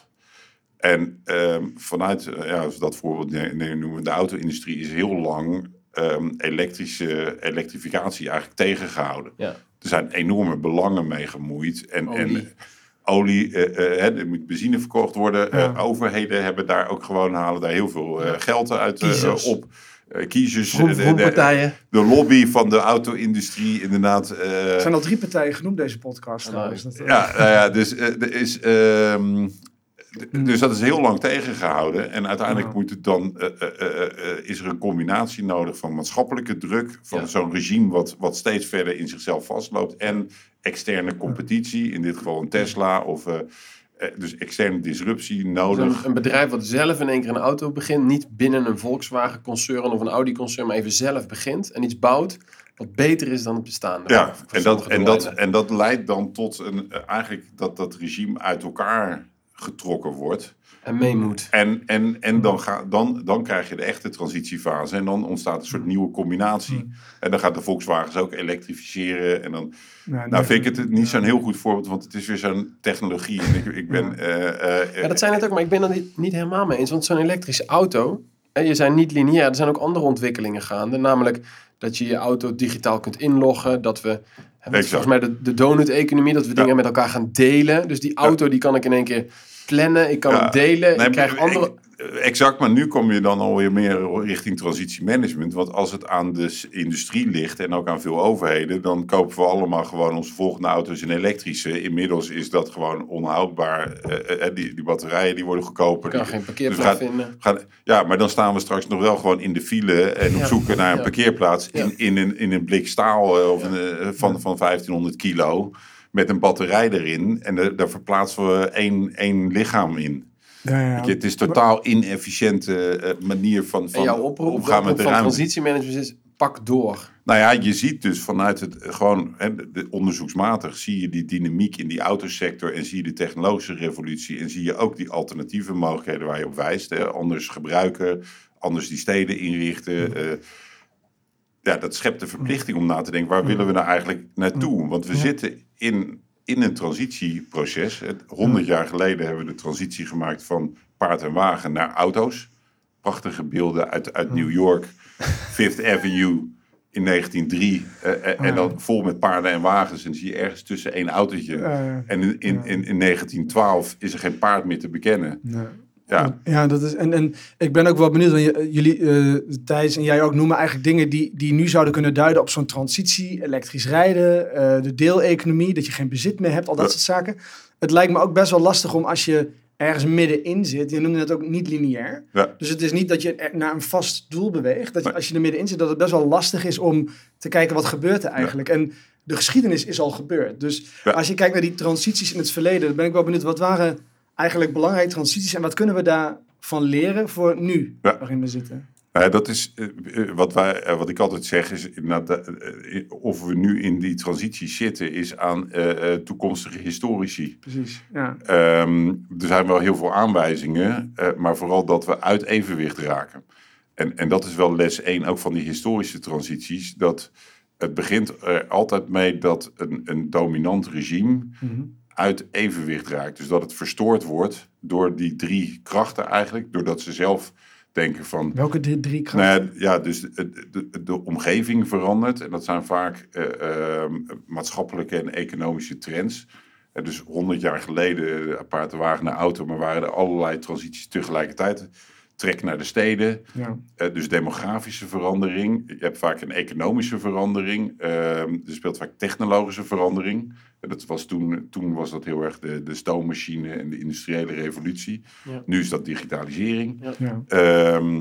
En um, vanuit, uh, ja, als we dat voorbeeld noemen, de auto-industrie is heel lang um, elektrische elektrificatie eigenlijk tegengehouden. Ja. Er zijn enorme belangen mee gemoeid. En olie, en, olie uh, uh, hè, er moet benzine verkocht worden. Ja. Uh, overheden hebben daar ook gewoon, halen daar heel veel uh, geld uit uh, op. Uh, kiezers, Groep, de, de, de lobby van de auto-industrie inderdaad. Uh, er zijn al drie partijen genoemd deze podcast. Uh, is dat, uh, ja, nou ja, dus uh, er is... Um, Dus dat is heel lang tegengehouden. En uiteindelijk moet het dan, uh, uh, uh, uh, is er een combinatie nodig van maatschappelijke druk. Van ja. zo'n regime wat, wat steeds verder in zichzelf vastloopt. En externe competitie. In dit geval een Tesla. Of, uh, uh, dus externe disruptie nodig. Dus een, een bedrijf wat zelf in één keer een auto begint. Niet binnen een Volkswagen-concern of een Audi-concern. Maar even zelf begint en iets bouwt. Wat beter is dan het bestaande. Ja, en dat, en, dat, en dat leidt dan tot een, uh, eigenlijk dat dat regime uit elkaar getrokken wordt. En mee moet. En, en, en dan, ga, dan, dan krijg je de echte transitiefase. En dan ontstaat een soort nieuwe combinatie. Mm. En dan gaat de Volkswagens ook elektrificeren. En dan nou, nou vind ik het niet zo'n heel goed voorbeeld. Want het is weer zo'n technologie. En ik, ik ben, ja. Uh, uh, ja, dat zijn het ook. Maar ik ben het niet, niet helemaal mee eens. Want zo'n elektrische auto... hè, je zijn niet lineair. Er zijn ook andere ontwikkelingen gaande. Namelijk dat je je auto digitaal kunt inloggen. Dat we, hè, wat is volgens mij de, de donut-economie, dat we dingen Ja. met elkaar gaan delen. Dus die auto die kan ik in één keer plannen. Ik kan Ja. hem delen. Nee, ik krijg maar andere... ik- Exact, maar nu kom je dan alweer meer richting transitiemanagement. Want als het aan de s- industrie ligt en ook aan veel overheden, dan kopen we allemaal gewoon onze volgende auto's in elektrische. Inmiddels is dat gewoon onhoudbaar. Eh, eh, die, die batterijen die worden goedkoper. Ik kan Die- geen parkeerplaats dus we gaan- vinden. gaan- ja, maar dan staan we straks nog wel gewoon in de file en op Ja. zoek naar een Ja. parkeerplaats Ja. in, in, een, in een blik staal eh, of een, eh, van, van vijftienhonderd kilo met een batterij erin. En daar- daar verplaatsen we één, één lichaam in. Ja, ja. Weet je, het is totaal inefficiënte eh, manier van, En van jouw oproep, omgaan met de van ruimte. transitiemanagement is pak door. Nou ja, je ziet dus vanuit het eh, gewoon hè, de, de onderzoeksmatig zie je die dynamiek in die autosector en zie je de technologische revolutie en zie je ook die alternatieve mogelijkheden waar je op wijst. Hè, anders gebruiken, anders die steden inrichten. eh, ja, dat schept de verplichting om na te denken, waar willen we nou eigenlijk naartoe? Want we zitten in, in een transitieproces. honderd jaar geleden hebben we de transitie gemaakt van paard en wagen naar auto's. Prachtige beelden uit, uit New York, Fifth Avenue in negentien drie. eh, eh, en dan vol met paarden en wagens. En zie je ergens tussen één autootje. Eh, En in, in, in, in negentien twaalf is er geen paard meer te bekennen. nee. Ja, Ja, dat is, en, en ik ben ook wel benieuwd, want j- jullie, eh Thijs en jij ook, noemen eigenlijk dingen die, die nu zouden kunnen duiden op zo'n transitie, elektrisch rijden, eh, de deeleconomie, dat je geen bezit meer hebt, al dat Ja. soort zaken. Het lijkt me ook best wel lastig om als je ergens middenin zit, je noemde het ook niet lineair. ja. Dus het is niet dat je er naar een vast doel beweegt, dat je, Nee. als je er middenin zit, dat het best wel lastig is om te kijken wat gebeurt er eigenlijk. En de geschiedenis is al gebeurd. Dus Ja. als je kijkt naar die transities in het verleden, dan ben ik wel benieuwd, wat waren eigenlijk belangrijke transities en wat kunnen we daarvan leren voor nu, Ja. waarin we zitten? Nou, dat is eh, eh, wat, wij, eh, wat ik altijd zeg, is inderdaad, eh, eh, of we nu in die transitie zitten, is aan eh, eh, toekomstige historici. Precies, ja. Ehm, er zijn wel heel veel aanwijzingen, eh, maar vooral dat we uit evenwicht raken. En, en dat is wel les één ook van die historische transities, dat het begint er altijd mee dat een, een dominant regime Mhm. uit evenwicht raakt. Dus dat het verstoord wordt door die drie krachten eigenlijk, doordat ze zelf denken van... Welke drie, drie krachten? Nou ja, ja, dus de, de, de omgeving verandert. En dat zijn vaak eh, eh, maatschappelijke en economische trends. En dus honderd jaar geleden, paard en wagen naar auto, maar waren er allerlei transities tegelijkertijd. Trek naar de steden, Ja. eh, dus demografische verandering. Je hebt vaak een economische verandering. eh, er speelt vaak technologische verandering. En dat was toen, toen was dat heel erg de, de stoommachine en de industriële revolutie. Ja. Nu is dat digitalisering. Ja. Ehm,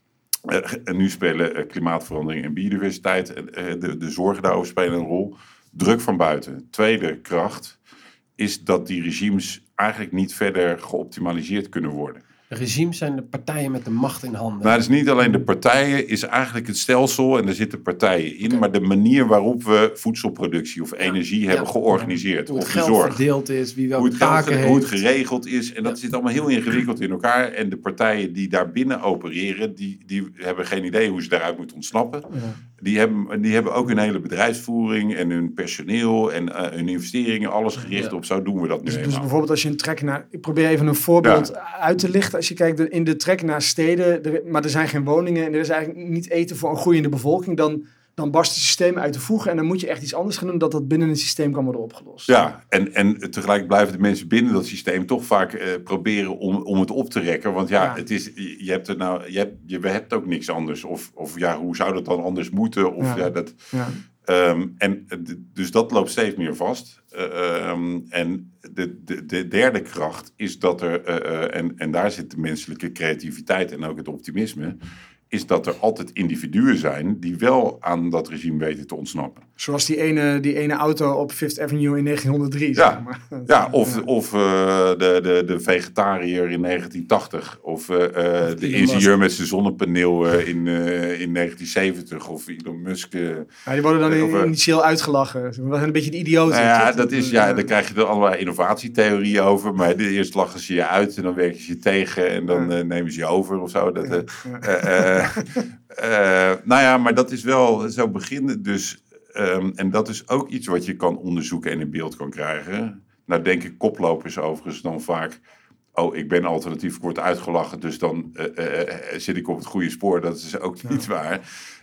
eh, en nu spelen eh, klimaatverandering en biodiversiteit, eh, de, de zorgen daarover spelen een rol. Druk van buiten. Tweede kracht is dat die regimes eigenlijk niet verder geoptimaliseerd kunnen worden. De regimes zijn de partijen met de macht in handen. Nou, het is niet alleen de partijen, is eigenlijk het stelsel en er zitten partijen in, maar de manier waarop we voedselproductie of energie hebben Ja. georganiseerd hoe het of de geld zorg. verdeeld is, wie Hoe welke het, geld, taken ge- hoe het heeft. geregeld is. En dat Ja. zit allemaal heel ingewikkeld in elkaar. En de partijen die daar binnen opereren, die, die hebben geen idee hoe ze daaruit moeten ontsnappen. Ja. Die hebben, die hebben ook hun hele bedrijfsvoering en hun personeel en eh, hun investeringen, alles gericht Ja. op zo doen we dat nu Dus, dus eenmaal. bijvoorbeeld als je een trek naar... Ik probeer even een voorbeeld uit te lichten. Als je kijkt de- in de trek naar steden, er- maar er zijn geen woningen en er is eigenlijk niet eten voor een groeiende bevolking, dan, dan barst het systeem uit de voegen en dan moet je echt iets anders gaan doen dat dat binnen het systeem kan worden opgelost. Ja, en, en tegelijk blijven de mensen binnen dat systeem toch vaak eh, proberen om, om het op te rekken. Want ja, Ja. Het is, je je hebt er nou, je hebt, je hebt ook niks anders. Of, of ja, hoe zou dat dan anders moeten? Of Ja. ja, dat... Ja. Ehm, en eh, d- dus dat loopt steeds meer vast. Eh, ehm, en de, de, de derde kracht is dat er, eh, eh, en, en daar zit de menselijke creativiteit en ook het optimisme, is dat er altijd individuen zijn die wel aan dat regime weten te ontsnappen. Zoals die ene, die ene auto op Fifth Avenue in negentienhonderddrie. Ja. Zeg maar. Ja, of, Ja. of uh, de, de, de vegetariër in negentien tachtig. Of, uh, uh, de Elon ingenieur Musk. met zijn zonnepaneel uh, in, uh, in negentien zeventig. Of Elon Musk. Uh, Ja, die worden dan Of, uh, initieel uitgelachen. We zijn een beetje de idioten. nou ja, weet je? dat is, ja, daar krijg je er allerlei innovatietheorieën over. Maar de- eerst lachen ze je uit en dan werken ze je tegen. En dan Ja. uh, nemen ze je over of zo. Dat, uh, Ja. uh, uh, uh, nou ja, maar dat is wel zo beginnen. Dus, um, en dat is ook iets wat je kan onderzoeken en in beeld kan krijgen. Nou denken koplopers overigens dan vaak oh, ik ben alternatief, ik word uitgelachen, dus dan uh, uh, zit ik op het goede spoor. Dat is ook ja. niet waar.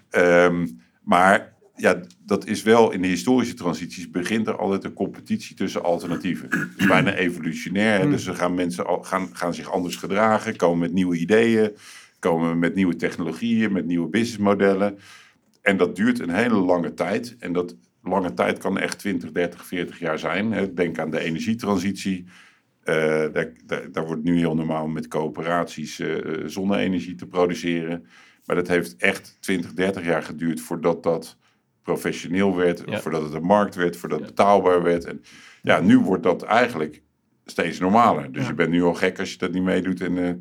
Um, maar ja, dat is wel in de historische transities begint er altijd een competitie tussen alternatieven. Het is bijna evolutionair. Mm. Dus dan gaan mensen al, gaan, gaan zich anders gedragen, komen met nieuwe ideeën, komen met nieuwe technologieën, met nieuwe businessmodellen. En dat duurt een hele lange tijd. En dat lange tijd kan echt twintig, dertig, veertig jaar zijn. Hè. Denk aan de energietransitie. Uh, daar, daar, daar wordt nu heel normaal met coöperaties uh, zonne-energie te produceren. Maar dat heeft echt twintig, dertig jaar geduurd voordat dat professioneel werd. Ja. Voordat het een markt werd, voordat het ja. betaalbaar werd. En ja, nu wordt dat eigenlijk steeds normaler. Dus ja. je bent nu al gek als je dat niet meedoet. En, uh,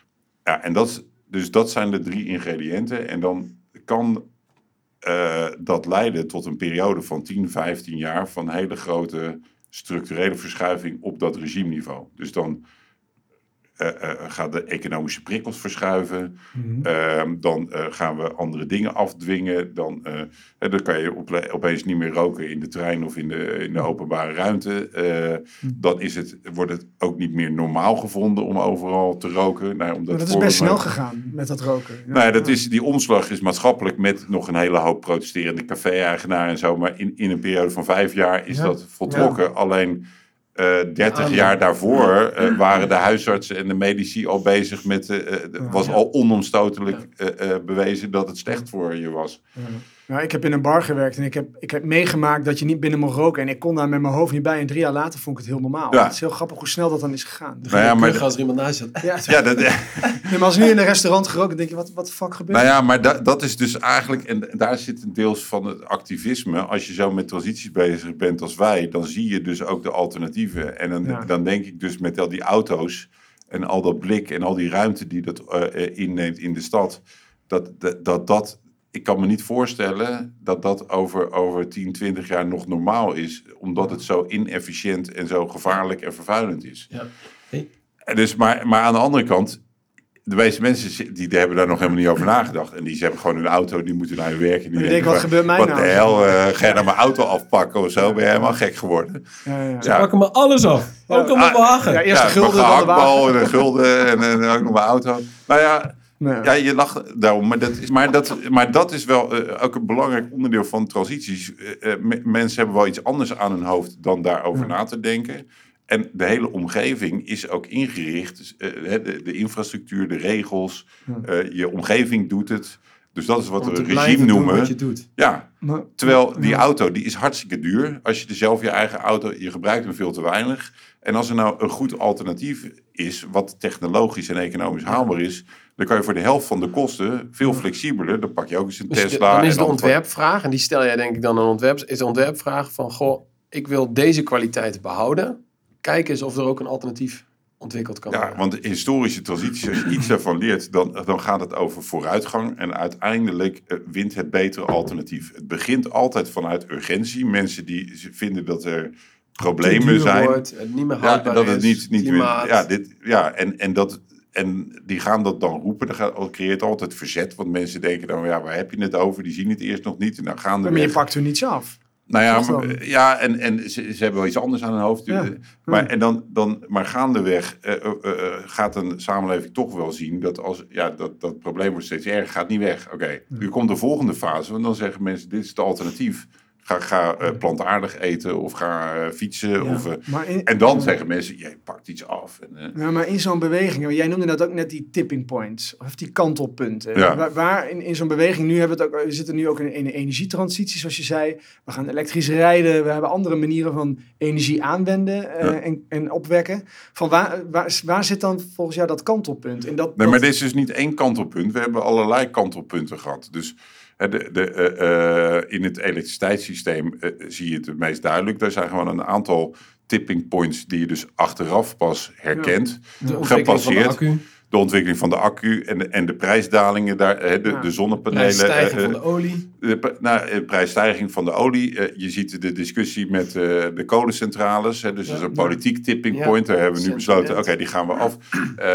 ja, en dat, dus dat zijn de drie ingrediënten. En dan kan uh, dat leiden tot een periode van tien, vijftien jaar van hele grote structurele verschuiving op dat regimeniveau. Dus dan uh, uh, gaan de economische prikkels verschuiven. Mm-hmm. Uh, dan uh, gaan we andere dingen afdwingen. Dan, uh, uh, dan kan je op, opeens niet meer roken in de trein of in de, in de openbare ruimte. Uh, mm-hmm. Dan is het, wordt het ook niet meer normaal gevonden om overal te roken. Nou, omdat dat is best snel gegaan met dat roken. Ja. Nou, ja, dat is, die omslag is maatschappelijk met nog een hele hoop protesterende café-eigenaren en zo. Maar in, in een periode van vijf jaar is ja. dat voltrokken. Ja. Alleen Uh, dertig ja, jaar daarvoor uh, waren de huisartsen en de medici al bezig met... Uh, uh, was ja. al onomstotelijk uh, uh, bewezen dat het slecht voor je was. Ja. Nou, ik heb in een bar gewerkt en ik heb, ik heb meegemaakt dat je niet binnen mocht roken. En ik kon daar met mijn hoofd niet bij. En drie jaar later vond ik het heel normaal. Ja. Het is heel grappig hoe snel dat dan is gegaan. Nou ja, maar als er iemand naast zit. Ja, ja, dat, nee, maar als nu in een restaurant gerookt, dan denk je, wat, wat de fuck gebeurt? Nou ja, maar da, dat is dus eigenlijk... En daar zit een deels van het activisme. Als je zo met transities bezig bent als wij, dan zie je dus ook de alternatieven. En dan, ja. dan denk ik dus met al die auto's en al dat blik en al die ruimte die dat uh, inneemt in de stad, dat dat... dat, dat ik kan me niet voorstellen dat dat over, over tien, twintig jaar nog normaal is. Omdat het zo inefficiënt en zo gevaarlijk en vervuilend is. Ja. Hey. Dus, maar, maar aan de andere kant, de meeste mensen die hebben daar nog helemaal niet over nagedacht. En die hebben gewoon een auto, die moeten naar hun werk. En die ik denken, denk, wat gebeurt mij wat nou? Wat de hel, uh, ga je nou mijn auto afpakken of zo? Ben je helemaal gek geworden? Ja, ja. Ze ja. pakken me alles af. Ook op mijn wagen. Ja, eerst ja, de gulden, dan de wagen. En een gulden en, en ook nog mijn auto. Nou ja... Nee. Ja, je lacht daarom, maar dat is, maar dat, maar dat is wel uh, ook een belangrijk onderdeel van transities. Uh, uh, m- mensen hebben wel iets anders aan hun hoofd dan daarover ja. na te denken. En de hele omgeving is ook ingericht. Uh, de, de infrastructuur, de regels, uh, je omgeving doet het. Dus dat is wat we een regime noemen. Wat je doet. Ja, maar, terwijl die auto, die is hartstikke duur. Als je er zelf je eigen auto, je gebruikt hem veel te weinig. En als er nou een goed alternatief is, wat technologisch en economisch haalbaar is, dan kan je voor de helft van de kosten veel flexibeler. Dan pak je ook eens een dus Tesla. Dan is de ontwerpvraag, en die stel jij denk ik dan een ontwerp, is de ontwerpvraag van, goh, ik wil deze kwaliteit behouden. Kijk eens of er ook een alternatief ontwikkeld kan worden. Ja, want de historische transities, als je iets daarvan leert, dan, dan gaat het over vooruitgang. En uiteindelijk uh, wint het betere alternatief. Het begint altijd vanuit urgentie. Mensen die vinden dat er problemen zijn. Wordt, het niet meer houdbaar ja, dat het niet, niet meer, ja, dit, ja, en, en, dat, en die gaan dat dan roepen. Dat creëert altijd verzet. Want mensen denken dan, ja, waar heb je het over? Die zien het eerst nog niet. En dan gaan maar je pakt er niets af. Nou ja, maar, ja en, en ze, ze hebben wel iets anders aan hun hoofd. Ja. Maar, en dan, dan, maar gaandeweg uh, uh, uh, gaat een samenleving toch wel zien dat als ja, dat, dat probleem wordt steeds erger, gaat niet weg. Oké, okay. Nu komt de volgende fase, want dan zeggen mensen, dit is het alternatief. Ga, ga uh, plantaardig eten of ga uh, fietsen. Ja. Of, uh, in, en dan uh, zeggen mensen, jij pakt iets af. En, uh, ja, maar in zo'n beweging, jij noemde dat ook net die tipping points, of die kantelpunten. Ja. Waar, waar in, in zo'n beweging, nu hebben we het ook, we zitten nu ook in, in een energietransitie, zoals je zei. We gaan elektrisch rijden, we hebben andere manieren van energie aanwenden uh, ja. en, en opwekken. Van waar, waar, waar zit dan volgens jou dat kantelpunt? En dat, nee, dat... maar dit is dus niet één kantelpunt. We hebben allerlei kantelpunten gehad. Dus De, de, uh, uh, in het elektriciteitssysteem uh, zie je het het meest duidelijk. Daar zijn gewoon een aantal tipping points die je dus achteraf pas herkent. Ja. De ontwikkeling van de accu. De ontwikkeling van de accu en de, en de prijsdalingen, daar, hè, de, ja. de zonnepanelen. De prijsstijging uh, van de olie. De, nou, de prijsstijging van de olie. Uh, je ziet de discussie met uh, de kolencentrales. Hè, dus ja. dat is een politiek tipping ja. point. Daar hebben we nu besloten, oké, okay, die gaan we af.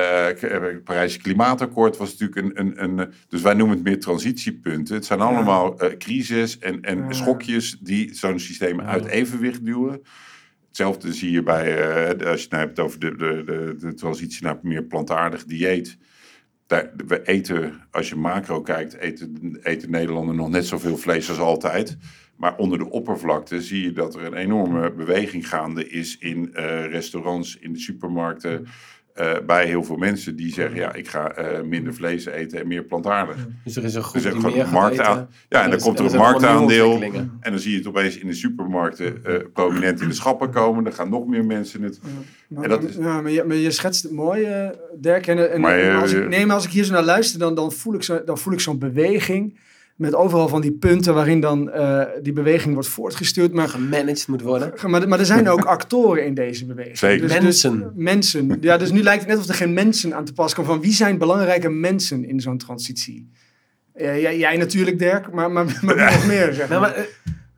Uh, Parijs Klimaatakkoord was natuurlijk een, een, een... Dus wij noemen het meer transitiepunten. Het zijn allemaal uh, crises en, en ja. schokjes die zo'n systeem ja. uit evenwicht duwen. Het hetzelfde zie je bij, uh, als je het nou hebt over de, de, de, de transitie naar meer plantaardig dieet. Daar, we eten, als je macro kijkt, eten, eten Nederlanders nog net zoveel vlees als altijd. Maar onder de oppervlakte zie je dat er een enorme beweging gaande is in uh, restaurants, in de supermarkten. Uh, bij heel veel mensen die zeggen, ja, ik ga uh, minder vlees eten en meer plantaardig. Dus er is een groep dus die gewoon meer een gaat marktaan- eten. Ja, en, en dan er komt er is- een er zijn allemaal nieuwe marktaandeel. ontwikkelingen. En dan zie je het opeens in de supermarkten uh, prominent in de schappen komen. Dan gaan nog meer mensen het... Ja. Maar, En dat is- ja, maar, je, maar je schetst het mooi, uh, Dirk. En, en, Maar, uh, als ik, nee, maar als ik hier zo naar luister, dan, dan, voel ik zo, dan voel ik zo'n beweging. Met overal van die punten waarin dan uh, die beweging wordt voortgestuurd. Maar, Gemanaged moet worden. maar, maar er zijn ook actoren in deze beweging. Zeker. Dus, Mensen. Dus, mensen. Ja, dus nu lijkt het net alsof er geen mensen aan te pas komen. Van wie zijn belangrijke mensen in zo'n transitie? Ja, jij, jij natuurlijk, Dirk, maar, maar, maar wie nog meer, zeg Nou, maar. maar uh,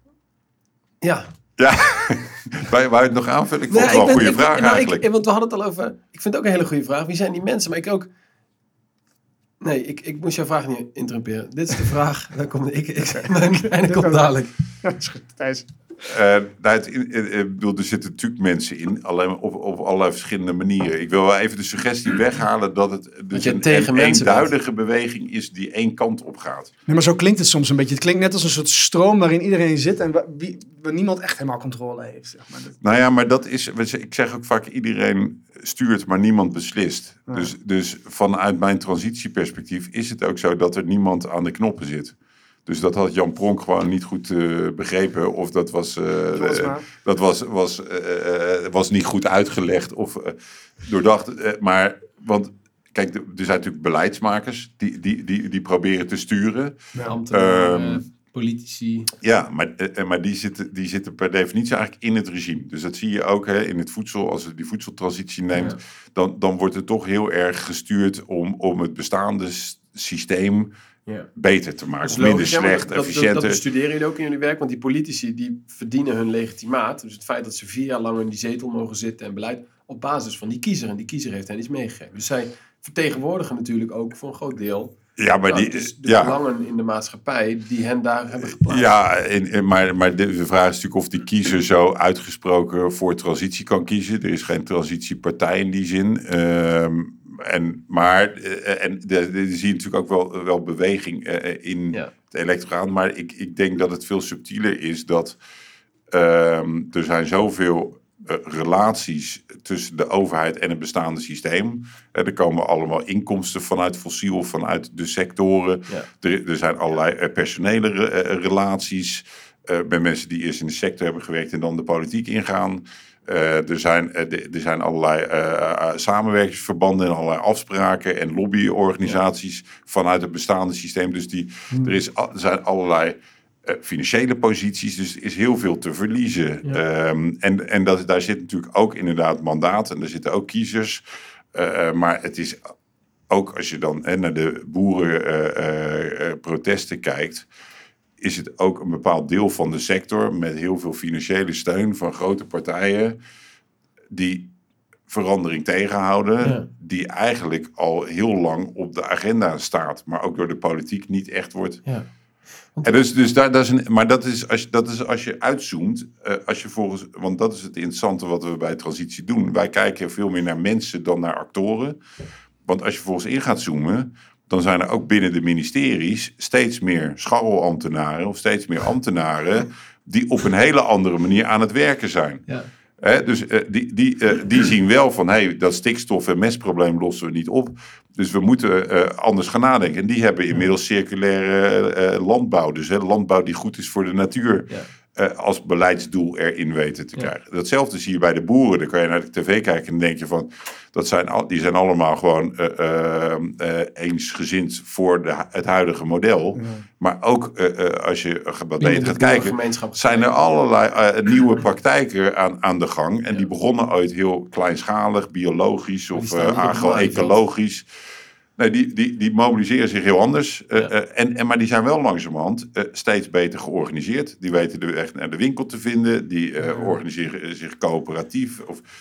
ja. Ja, wou je het nog aanvullen? Ik vond Nou, het wel een ben- goede ik- vraag nou, eigenlijk. Ik, want we hadden het al over... Ik vind het ook een hele goede vraag. Wie zijn die mensen? Maar ik ook... Nee, ik, ik moest jouw vraag niet interrumperen. Dit is de vraag. Dan komt ik. ik mijn einde komt dadelijk. Ja, dat is goed, Thijs. Uh, nou, het, ik bedoel, er zitten natuurlijk mensen in, alleen op, op allerlei verschillende manieren. Ik wil wel even de suggestie weghalen dat het dus je een, tegen een mensen eenduidige beweging is die één kant op gaat. Nee, maar zo klinkt het soms een beetje. Het klinkt net als een soort stroom waarin iedereen zit en waar, wie, waar niemand echt helemaal controle heeft. Zeg maar. Dat, Nou ja, maar dat is, ik zeg ook vaak, iedereen stuurt, maar niemand beslist. Ja. Dus, dus vanuit mijn transitieperspectief is het ook zo dat er niemand aan de knoppen zit. Dus dat had Jan Pronk gewoon niet goed uh, begrepen. Of dat was, uh, uh, dat was, was, uh, uh, was niet goed uitgelegd of uh, doordacht. Uh, maar, want kijk, er zijn natuurlijk beleidsmakers die, die, die, die proberen te sturen. Ja, ambtenaren, Um, politici. Ja, maar, uh, maar die, zitten, die zitten per definitie eigenlijk in het regime. Dus dat zie je ook hè, in het voedsel. Als je die voedseltransitie neemt, ja. dan, dan wordt het toch heel erg gestuurd om, om het bestaande systeem... Ja. beter te maken, minder logisch, slecht, ja, dat, efficiënter. Dat, dat bestuderen jullie ook in jullie werk, want die politici die verdienen hun legitimaat. Dus het feit dat ze vier jaar lang in die zetel mogen zitten en beleid op basis van die kiezer. En die kiezer heeft hen iets meegegeven. Dus zij vertegenwoordigen natuurlijk ook voor een groot deel... Ja, maar nou, die, dus de ja. belangen in de maatschappij die hen daar hebben geplaatst. Ja, en, en, maar, maar de, de vraag is natuurlijk of die kiezer zo uitgesproken voor transitie kan kiezen. Er is geen transitiepartij in die zin. Um, En, maar, en de, de, zie je natuurlijk ook wel, wel beweging uh, in ja. het electoraat. Maar ik, ik denk dat het veel subtieler is dat um, er zijn zoveel uh, relaties tussen de overheid en het bestaande systeem. Uh, er komen allemaal inkomsten vanuit fossiel, vanuit de sectoren. Ja. Er, er zijn allerlei uh, personele re, uh, relaties uh, bij mensen die eerst in de sector hebben gewerkt en dan de politiek ingaan. Uh, er, zijn, uh, de, er zijn allerlei uh, uh, samenwerkingsverbanden en allerlei afspraken en lobbyorganisaties ja. vanuit het bestaande systeem. Dus die, hmm. er, is, er zijn allerlei uh, financiële posities, dus er is heel veel te verliezen. Ja. Um, en en dat, daar zit natuurlijk ook inderdaad mandaat en er zitten ook kiezers. Uh, maar het is ook als je dan uh, naar de boerenprotesten uh, uh, kijkt... is het ook een bepaald deel van de sector met heel veel financiële steun van grote partijen die verandering tegenhouden, ja. die eigenlijk al heel lang op de agenda staat, maar ook door de politiek niet echt wordt. Ja. Want... En dus, dus daar, dat is een, maar dat is als je, dat is als je uitzoomt, uh, als je volgens, want dat is het interessante wat we bij transitie doen. Wij kijken veel meer naar mensen dan naar actoren. Want als je volgens in gaat zoomen, dan zijn er ook binnen de ministeries steeds meer scharrelambtenaren of steeds meer ambtenaren die op een hele andere manier aan het werken zijn. Ja. He, dus uh, die, die, uh, die zien wel van, hey, dat stikstof- en mestprobleem lossen we niet op. Dus we moeten uh, anders gaan nadenken. En die hebben inmiddels circulaire uh, landbouw. Dus hè, landbouw die goed is voor de natuur. Ja. Uh, als beleidsdoel erin weten te krijgen. Ja. Datzelfde zie je bij de boeren. Dan kan je naar de tv kijken en dan denk je van... Dat zijn al, die zijn allemaal gewoon uh, uh, uh, eensgezind voor de, het huidige model. Ja. Maar ook uh, uh, als je wat beter gaat kijken... zijn er allerlei uh, nieuwe praktijken aan, aan de gang. En ja. die begonnen ooit heel kleinschalig, biologisch of uh, agro-ecologisch... Nee, die, die, die mobiliseren zich heel anders. Ja. Uh, uh, en, en, maar die zijn wel langzamerhand uh, steeds beter georganiseerd. Die weten de weg naar de winkel te vinden. Die uh, organiseren zich coöperatief. Of,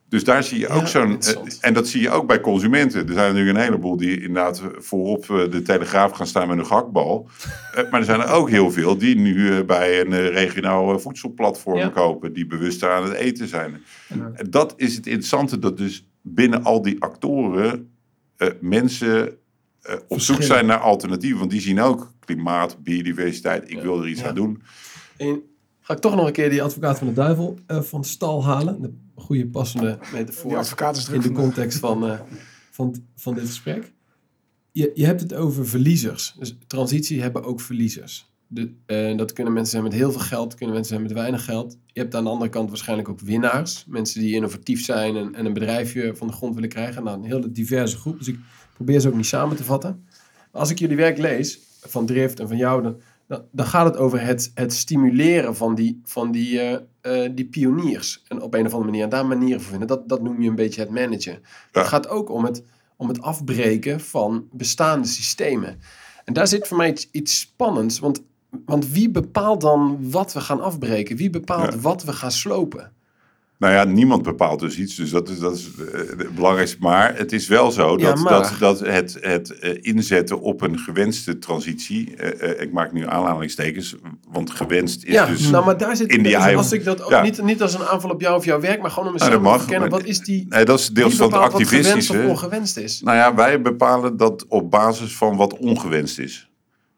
Dus daar zie je ook Ja, zo'n... interessant. Uh, en dat zie je ook bij consumenten. Er zijn natuurlijk een heleboel die inderdaad voorop uh, de Telegraaf gaan staan met een gehaktbal. Uh, maar er zijn er ook heel veel die nu uh, bij een uh, regionaal uh, voedselplatform Ja. kopen. Die bewust aan het eten zijn. Ja. En dat is het interessante. Dat dus binnen al die actoren uh, mensen uh, op zoek Verschillen. zijn naar alternatieven. Want die zien ook klimaat, biodiversiteit. Ik Ja. wil er iets Ja. aan doen. En ga ik toch nog een keer die advocaat van de duivel uh, van stal halen. De goede passende Die metafoor advocaat is druk in de vandaag. context van, uh, van, van dit gesprek. Je, je hebt het over verliezers. Dus transitie hebben ook verliezers. De, uh, dat kunnen mensen zijn met heel veel geld, kunnen mensen zijn met weinig geld. Je hebt aan de andere kant waarschijnlijk ook winnaars. Mensen die innovatief zijn en, en een bedrijfje van de grond willen krijgen. Nou, een hele diverse groep. Dus ik probeer ze ook niet samen te vatten. Maar als ik jullie werk lees, van Drift en van jou, dan, dan, dan gaat het over het, het stimuleren van die, van die, uh, uh, die pioniers. En op een of andere manier, en daar manieren voor vinden. Dat, dat noem je een beetje het managen. Ja. Het gaat ook om het, om het afbreken van bestaande systemen. En daar zit voor mij iets, iets spannends. Want, want wie bepaalt dan wat we gaan afbreken? Wie bepaalt Ja. wat we gaan slopen? Nou ja, niemand bepaalt dus iets. Dus dat is, dat is uh, het belangrijkste. Maar het is wel zo Ja, dat, maar- dat, dat het, het uh, inzetten op een gewenste transitie... Uh, uh, ik maak nu aanhalingstekens, want gewenst is Ja, dus... nou, maar daar zit... in die dus eye- als ik dat ook Ja. niet, niet als een aanval op jou of jouw werk, maar gewoon om Nou, dat mezelf te mag, verkennen. maar- Wat is die... Nee, dat is deels Wie van het bepaalt wat gewenst of activistische. ongewenst is? Nou ja, wij bepalen dat op basis van wat ongewenst is.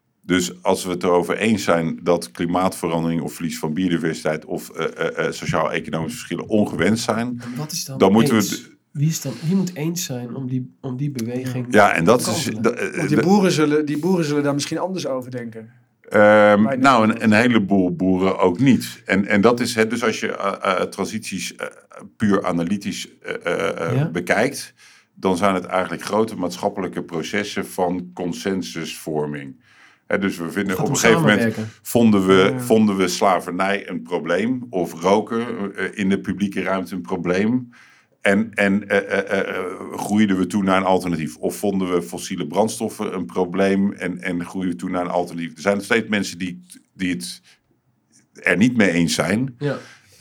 Dus als we het erover eens zijn dat klimaatverandering of verlies van biodiversiteit of uh, uh, uh, sociaal-economische verschillen ongewenst zijn, En wat is dan, dan moeten we... eens? Wie, is dan, wie moet eens zijn om die, om die beweging... Ja, en dat is... kantelen? da- uh, Want die da- boeren, zullen, die boeren zullen daar misschien anders over denken. Ehm, Wij nou, denken een, een heleboel boeren ook niet. En, en dat is het. Dus als je uh, uh, transities uh, puur analytisch uh, uh, Ja. bekijkt, dan zijn het eigenlijk grote maatschappelijke processen van consensusvorming. Hè, dus we vinden Het gaat op om een gegeven moment samenwerken. vonden we, Ja. vonden we slavernij een probleem of roken uh, in de publieke ruimte een probleem. En, en uh, uh, uh, groeiden we toen naar een alternatief? Of vonden we fossiele brandstoffen een probleem en, en groeiden we toen naar een alternatief? Er zijn nog steeds mensen die, die het er niet mee eens zijn. Ja.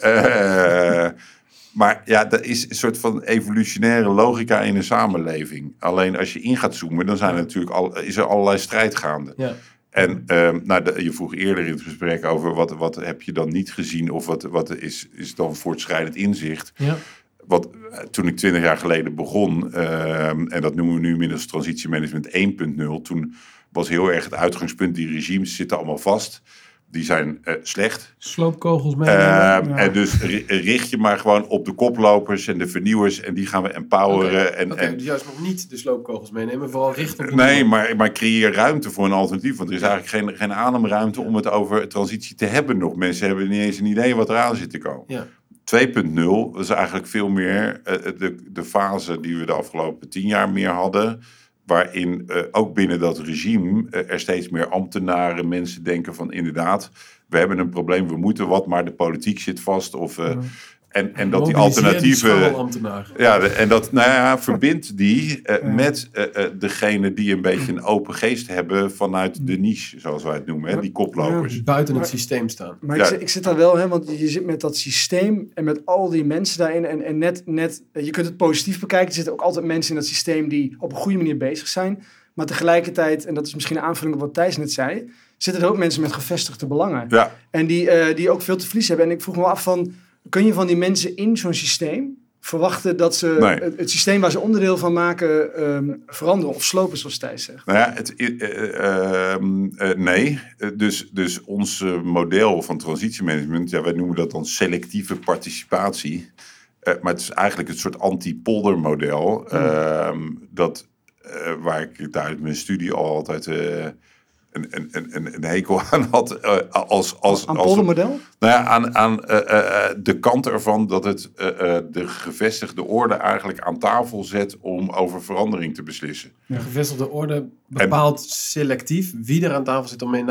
Uh, maar ja, dat is een soort van evolutionaire logica in een samenleving. Alleen als je in gaat zoomen, dan zijn er natuurlijk al, is er allerlei strijd gaande. Ja. En um, nou, de, je vroeg eerder in het gesprek over wat, wat heb je dan niet gezien of wat, wat is, is dan voortschrijdend inzicht. Ja. Wat toen ik twintig jaar geleden begon, um, en dat noemen we nu inmiddels transitiemanagement één punt nul, toen was heel erg het uitgangspunt, die regimes zitten allemaal vast. Die zijn uh, slecht. Sloopkogels Uh, meenemen. Ja. En dus ri- richt je maar gewoon op de koplopers en de vernieuwers en die gaan we empoweren. Oké, en, Oké, en, dus juist nog niet de sloopkogels meenemen, vooral richten op die Nee, nieuwe. maar, maar creëer ruimte voor een alternatief. Want er is eigenlijk geen, geen ademruimte om het over transitie te hebben nog. Mensen hebben niet eens een idee wat eraan zit te komen. Ja. twee punt nul is eigenlijk veel meer uh, de, de fase die we de afgelopen tien jaar meer hadden. Waarin uh, ook binnen dat regime uh, er steeds meer ambtenaren, mensen denken van inderdaad, we hebben een probleem, we moeten wat, maar de politiek zit vast. Of, uh, en, en dat die Mobiliseer alternatieve... Die schaalambtenaar. Ja, de- en dat, nou ja, verbindt die uh, Ja. met uh, uh, degene die een beetje een open geest hebben vanuit de niche, zoals wij het noemen, hè, die koplopers. Die buiten het Maar- systeem staan. Maar Ja. ik, zit, ik zit daar wel, hè, want je zit met dat systeem en met al die mensen daarin. En, en net, net, je kunt het positief bekijken. Er zitten ook altijd mensen in dat systeem die op een goede manier bezig zijn. Maar tegelijkertijd, en dat is misschien een aanvulling op wat Thijs net zei, zitten er ook mensen met gevestigde belangen. Ja, En die, uh, die ook veel te verliezen hebben. En ik vroeg me af van, kun je van die mensen in zo'n systeem verwachten dat ze Nee. het, het systeem waar ze onderdeel van maken um, veranderen of slopen, zoals Thijs zegt? nou ja, het, uh, uh, uh, nee. Uh, dus, dus ons uh, model van transitiemanagement, ja, wij noemen dat dan selectieve participatie. Uh, maar het is eigenlijk een soort anti-poldermodel. Uh, dat, uh, waar ik daar uit mijn studie al altijd uh, een, een, een, een hekel aan had. Uh, als, als, Aan als, poldermodel? Nou ja, aan, aan uh, uh, de kant ervan dat het uh, uh, de gevestigde orde eigenlijk aan tafel zet om over verandering te beslissen. De gevestigde orde bepaalt selectief wie er aan tafel zit om mee na te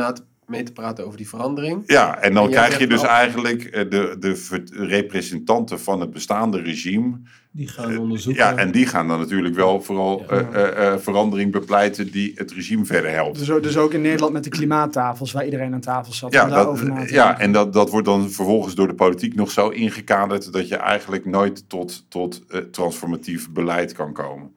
mee te praten over die verandering. Ja, en dan En jij krijg je zegt dus wel- eigenlijk uh, de, de ver- representanten van het bestaande regime. Die gaan onderzoeken. Ja, en die gaan dan natuurlijk wel vooral Ja. uh, uh, uh, verandering bepleiten die het regime verder helpt. Dus, ook- dus ook in Nederland met de klimaattafels waar iedereen aan tafel zat. Ja, om daarover na dat, te ja denken. en dat, dat wordt dan vervolgens door de politiek nog zo ingekaderd dat je eigenlijk nooit tot, tot uh, transformatief beleid kan komen.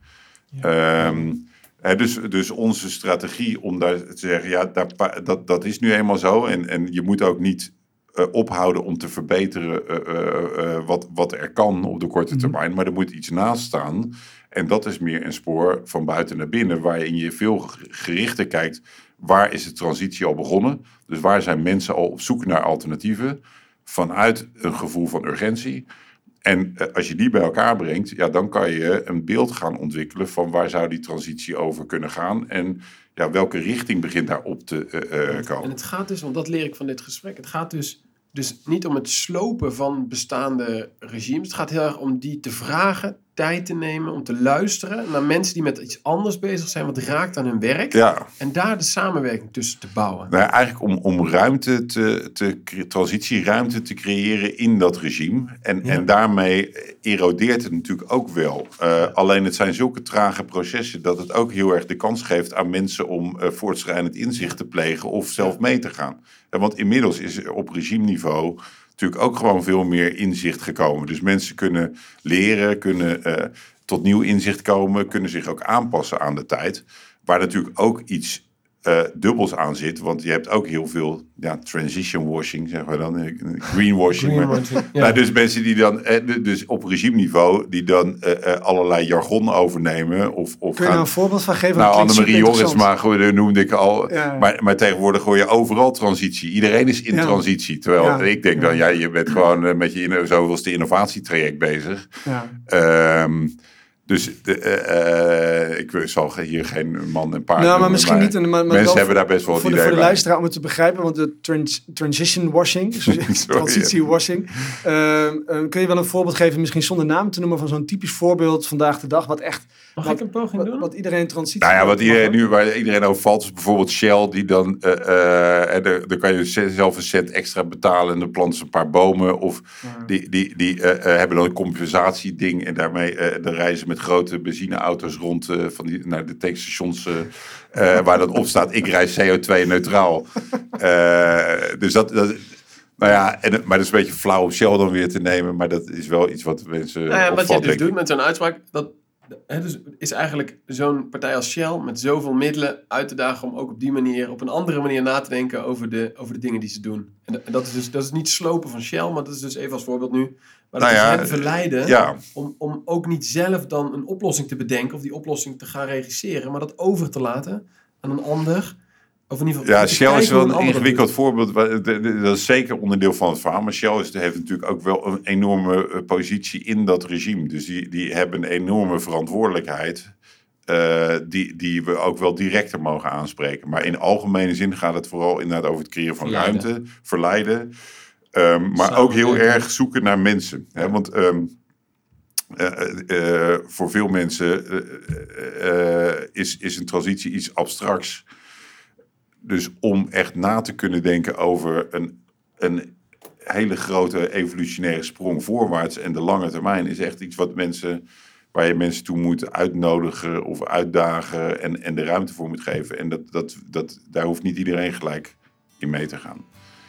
Ja. Um, uh, dus, dus onze strategie om daar te zeggen, ja, daar, dat, dat is nu eenmaal zo. En, en je moet ook niet uh, ophouden om te verbeteren uh, uh, uh, wat, wat er kan op de korte Mm-hmm. termijn. Maar er moet iets naast staan. En dat is meer een spoor van buiten naar binnen, waarin je veel gerichter kijkt. Waar is de transitie al begonnen? Dus waar zijn mensen al op zoek naar alternatieven? Vanuit een gevoel van urgentie. En uh, als je die bij elkaar brengt, ja, dan kan je een beeld gaan ontwikkelen van waar zou die transitie over kunnen gaan. En ja, welke richting begint daar op te uh, uh, komen. En het gaat dus, want dat leer ik van dit gesprek, het gaat dus, dus niet om het slopen van bestaande regimes. Het gaat heel erg om die te vragen, tijd te nemen, om te luisteren naar mensen die met iets anders bezig zijn, wat raakt aan hun werk. Ja. En daar de samenwerking tussen te bouwen. Nou, eigenlijk om, om ruimte te, te, transitieruimte te creëren in dat regime. En, Ja. en daarmee erodeert het natuurlijk ook wel. Uh, alleen het zijn zulke trage processen dat het ook heel erg de kans geeft aan mensen om uh, voortschrijdend inzicht te plegen of zelf mee te gaan. Uh, want inmiddels is er op regime-niveau natuurlijk ook gewoon veel meer inzicht gekomen. Dus mensen kunnen leren, kunnen uh, tot nieuw inzicht komen, kunnen zich ook aanpassen aan de tijd. Waar natuurlijk ook iets uh, dubbels aan zit, want je hebt ook heel veel ja, transition washing, zeggen we dan, greenwashing. Greenwashing, ja. Nou, dus mensen die dan, uh, dus op regime-niveau, die dan uh, uh, allerlei jargon overnemen. Of, of Kun je gaan, nou een voorbeeld van geven? nou, Dat klinkt Annemarie super Jorisma interessant. goed, noemde ik al. Ja. Maar, maar tegenwoordig hoor je overal transitie. Iedereen is in Ja. transitie. Terwijl Ja. ik denk Ja. dan, ja, je bent gewoon uh, met je inno- zoveelste innovatietraject bezig. Ja. Um, dus de, uh, uh, ik zal hier geen man en paard Nou, maar noemen, misschien niet. En, maar, maar mensen wel hebben voor, daar best wel voor een de, idee voor de bij. luisteraar om het te begrijpen, want de trans, transition washing, transitie washing. Uh, uh, kun je wel een voorbeeld geven, misschien zonder naam te noemen, van zo'n typisch voorbeeld vandaag de dag, wat echt... Mag wat, ik een poging wat, doen? wat iedereen transitie... Nou ja, wat iedereen, mag, nu, waar iedereen over valt, is bijvoorbeeld Shell, die dan, uh, uh, en de, dan kan je zelf een cent extra betalen en dan planten ze een paar bomen. Of Ja. die, die, die uh, uh, hebben dan een compensatieding en daarmee uh, dan reizen met grote benzineauto's rond uh, van die, naar de tankstations uh, uh, waar dan op staat, ik reis C O twee neutraal. Uh, dus dat... dat nou ja, en, maar dat is een beetje flauw om Shell dan weer te nemen, maar dat is wel iets wat mensen Nou ja, wat je opvalt, dus denk ik. doet met zo'n uitspraak, dat hè, dus is eigenlijk zo'n partij als Shell met zoveel middelen uit te dagen om ook op die manier, op een andere manier na te denken over de, over de dingen die ze doen. En, dat- en dat is dus dat is niet slopen van Shell, maar dat is dus even als voorbeeld nu. Maar dat Nou ja, is hen verleiden Ja, om, om ook niet zelf dan een oplossing te bedenken of die oplossing te gaan regisseren, maar dat over te laten aan een ander. Of in ieder geval Ja, te Shell kijken is wel hoe een ander het ingewikkeld doet. voorbeeld. waar- de- de- Dat is zeker onderdeel van het verhaal. Maar Shell is, heeft natuurlijk ook wel een enorme eh, positie in dat regime. Dus die, die hebben een enorme verantwoordelijkheid. eh, die, die we ook wel directer mogen aanspreken. Maar in algemene zin gaat het vooral inderdaad over het creëren van Verleiden. ruimte, verleiden. Ehm, maar ook heel Samenwerken. erg zoeken naar mensen. Hè? Want ehm, eh, eh, voor veel mensen eh, eh, is, is een transitie iets abstracts. Dus om echt na te kunnen denken over een, een hele grote evolutionaire sprong voorwaarts en de lange termijn is echt iets wat mensen, waar je mensen toe moet uitnodigen of uitdagen en, en de ruimte voor moet geven. En dat, dat, dat, daar hoeft niet iedereen gelijk in mee te gaan.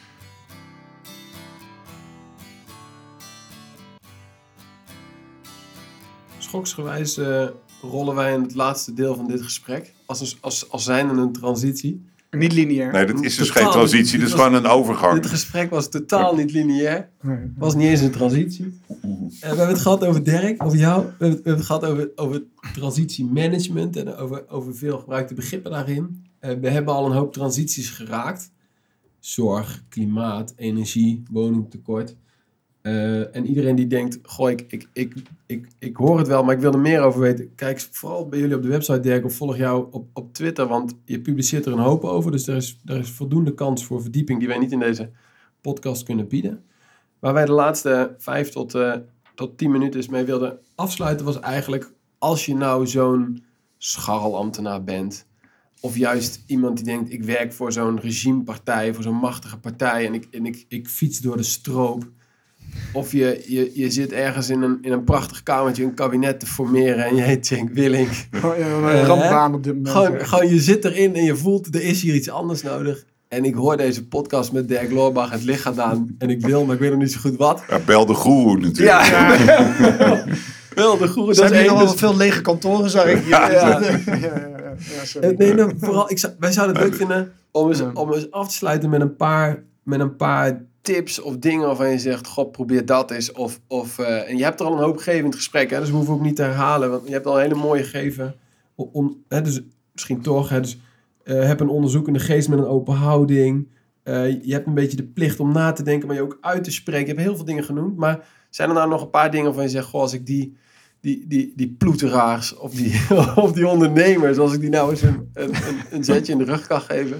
Schoksgewijs uh, rollen wij in het laatste deel van dit gesprek als, een, als, als zijnde een transitie. Niet lineair. Nee, dat is dus Totaal geen transitie, niet. dat is Dit was- gewoon een overgang. Dit gesprek was totaal niet lineair. Nee. Was niet eens een transitie. En we hebben het gehad over Dirk, over jou. We hebben het, we hebben het gehad over, over transitiemanagement en over, over veel gebruikte begrippen daarin. Uh, we hebben al een hoop transities geraakt. Zorg, klimaat, energie, woningtekort. Uh, en iedereen die denkt, goh, ik, ik, ik, ik, ik hoor het wel, maar ik wil er meer over weten. Kijk vooral bij jullie op de website, Dirk, of volg jou op, op Twitter, want je publiceert er een hoop over. Dus er is, er is voldoende kans voor verdieping die wij niet in deze podcast kunnen bieden. Waar wij de laatste vijf tot, uh, tot tien minuten eens mee wilden afsluiten was eigenlijk, als je nou zo'n scharrelambtenaar bent, Of juist iemand die denkt, ik werk voor zo'n regimepartij, voor zo'n machtige partij en ik, en ik, ik fiets door de stroop. Of je, je, je zit ergens in een, in een prachtig kamertje een kabinet te formeren en je heet Cenk Willink. Gewoon ja, een uh, rampbaan op dit moment. Gewoon, ja. gewoon je zit erin en je voelt, er is hier iets anders nodig. En ik hoor deze podcast met Dirk Loorbach het licht gaat aan. En ik wil, maar ik weet nog niet zo goed wat. Ja, bel de goeroe natuurlijk. Ja, ja. Wel de goeroe. Er zijn dat is hier één, al dus- veel lege kantoren, zag ik. Ja. Ja, ja, ja, ja, ja, ja, sorry. Eh, Nee, nou, vooral, ik zou, wij zouden het leuk vinden om eens, Ja. om eens af te sluiten met een paar, met een paar tips of dingen waarvan je zegt, god, probeer dat eens. Of, of, uh, en je hebt er al een hoop gegeven in het gesprek, hè, dus we hoeven ook niet te herhalen. Want je hebt al een hele mooie gegeven. Om, om, hè, dus misschien toch, hè, dus, uh, heb een onderzoekende geest met een open houding. Uh, je hebt een beetje de plicht om na te denken, maar je ook uit te spreken. Je hebt heel veel dingen genoemd, maar zijn er nou nog een paar dingen waarvan je zegt, goh, als ik die... Die, die, die ploeteraars of die, of die ondernemers, als ik die nou eens een, een, een, een zetje in de rug kan geven.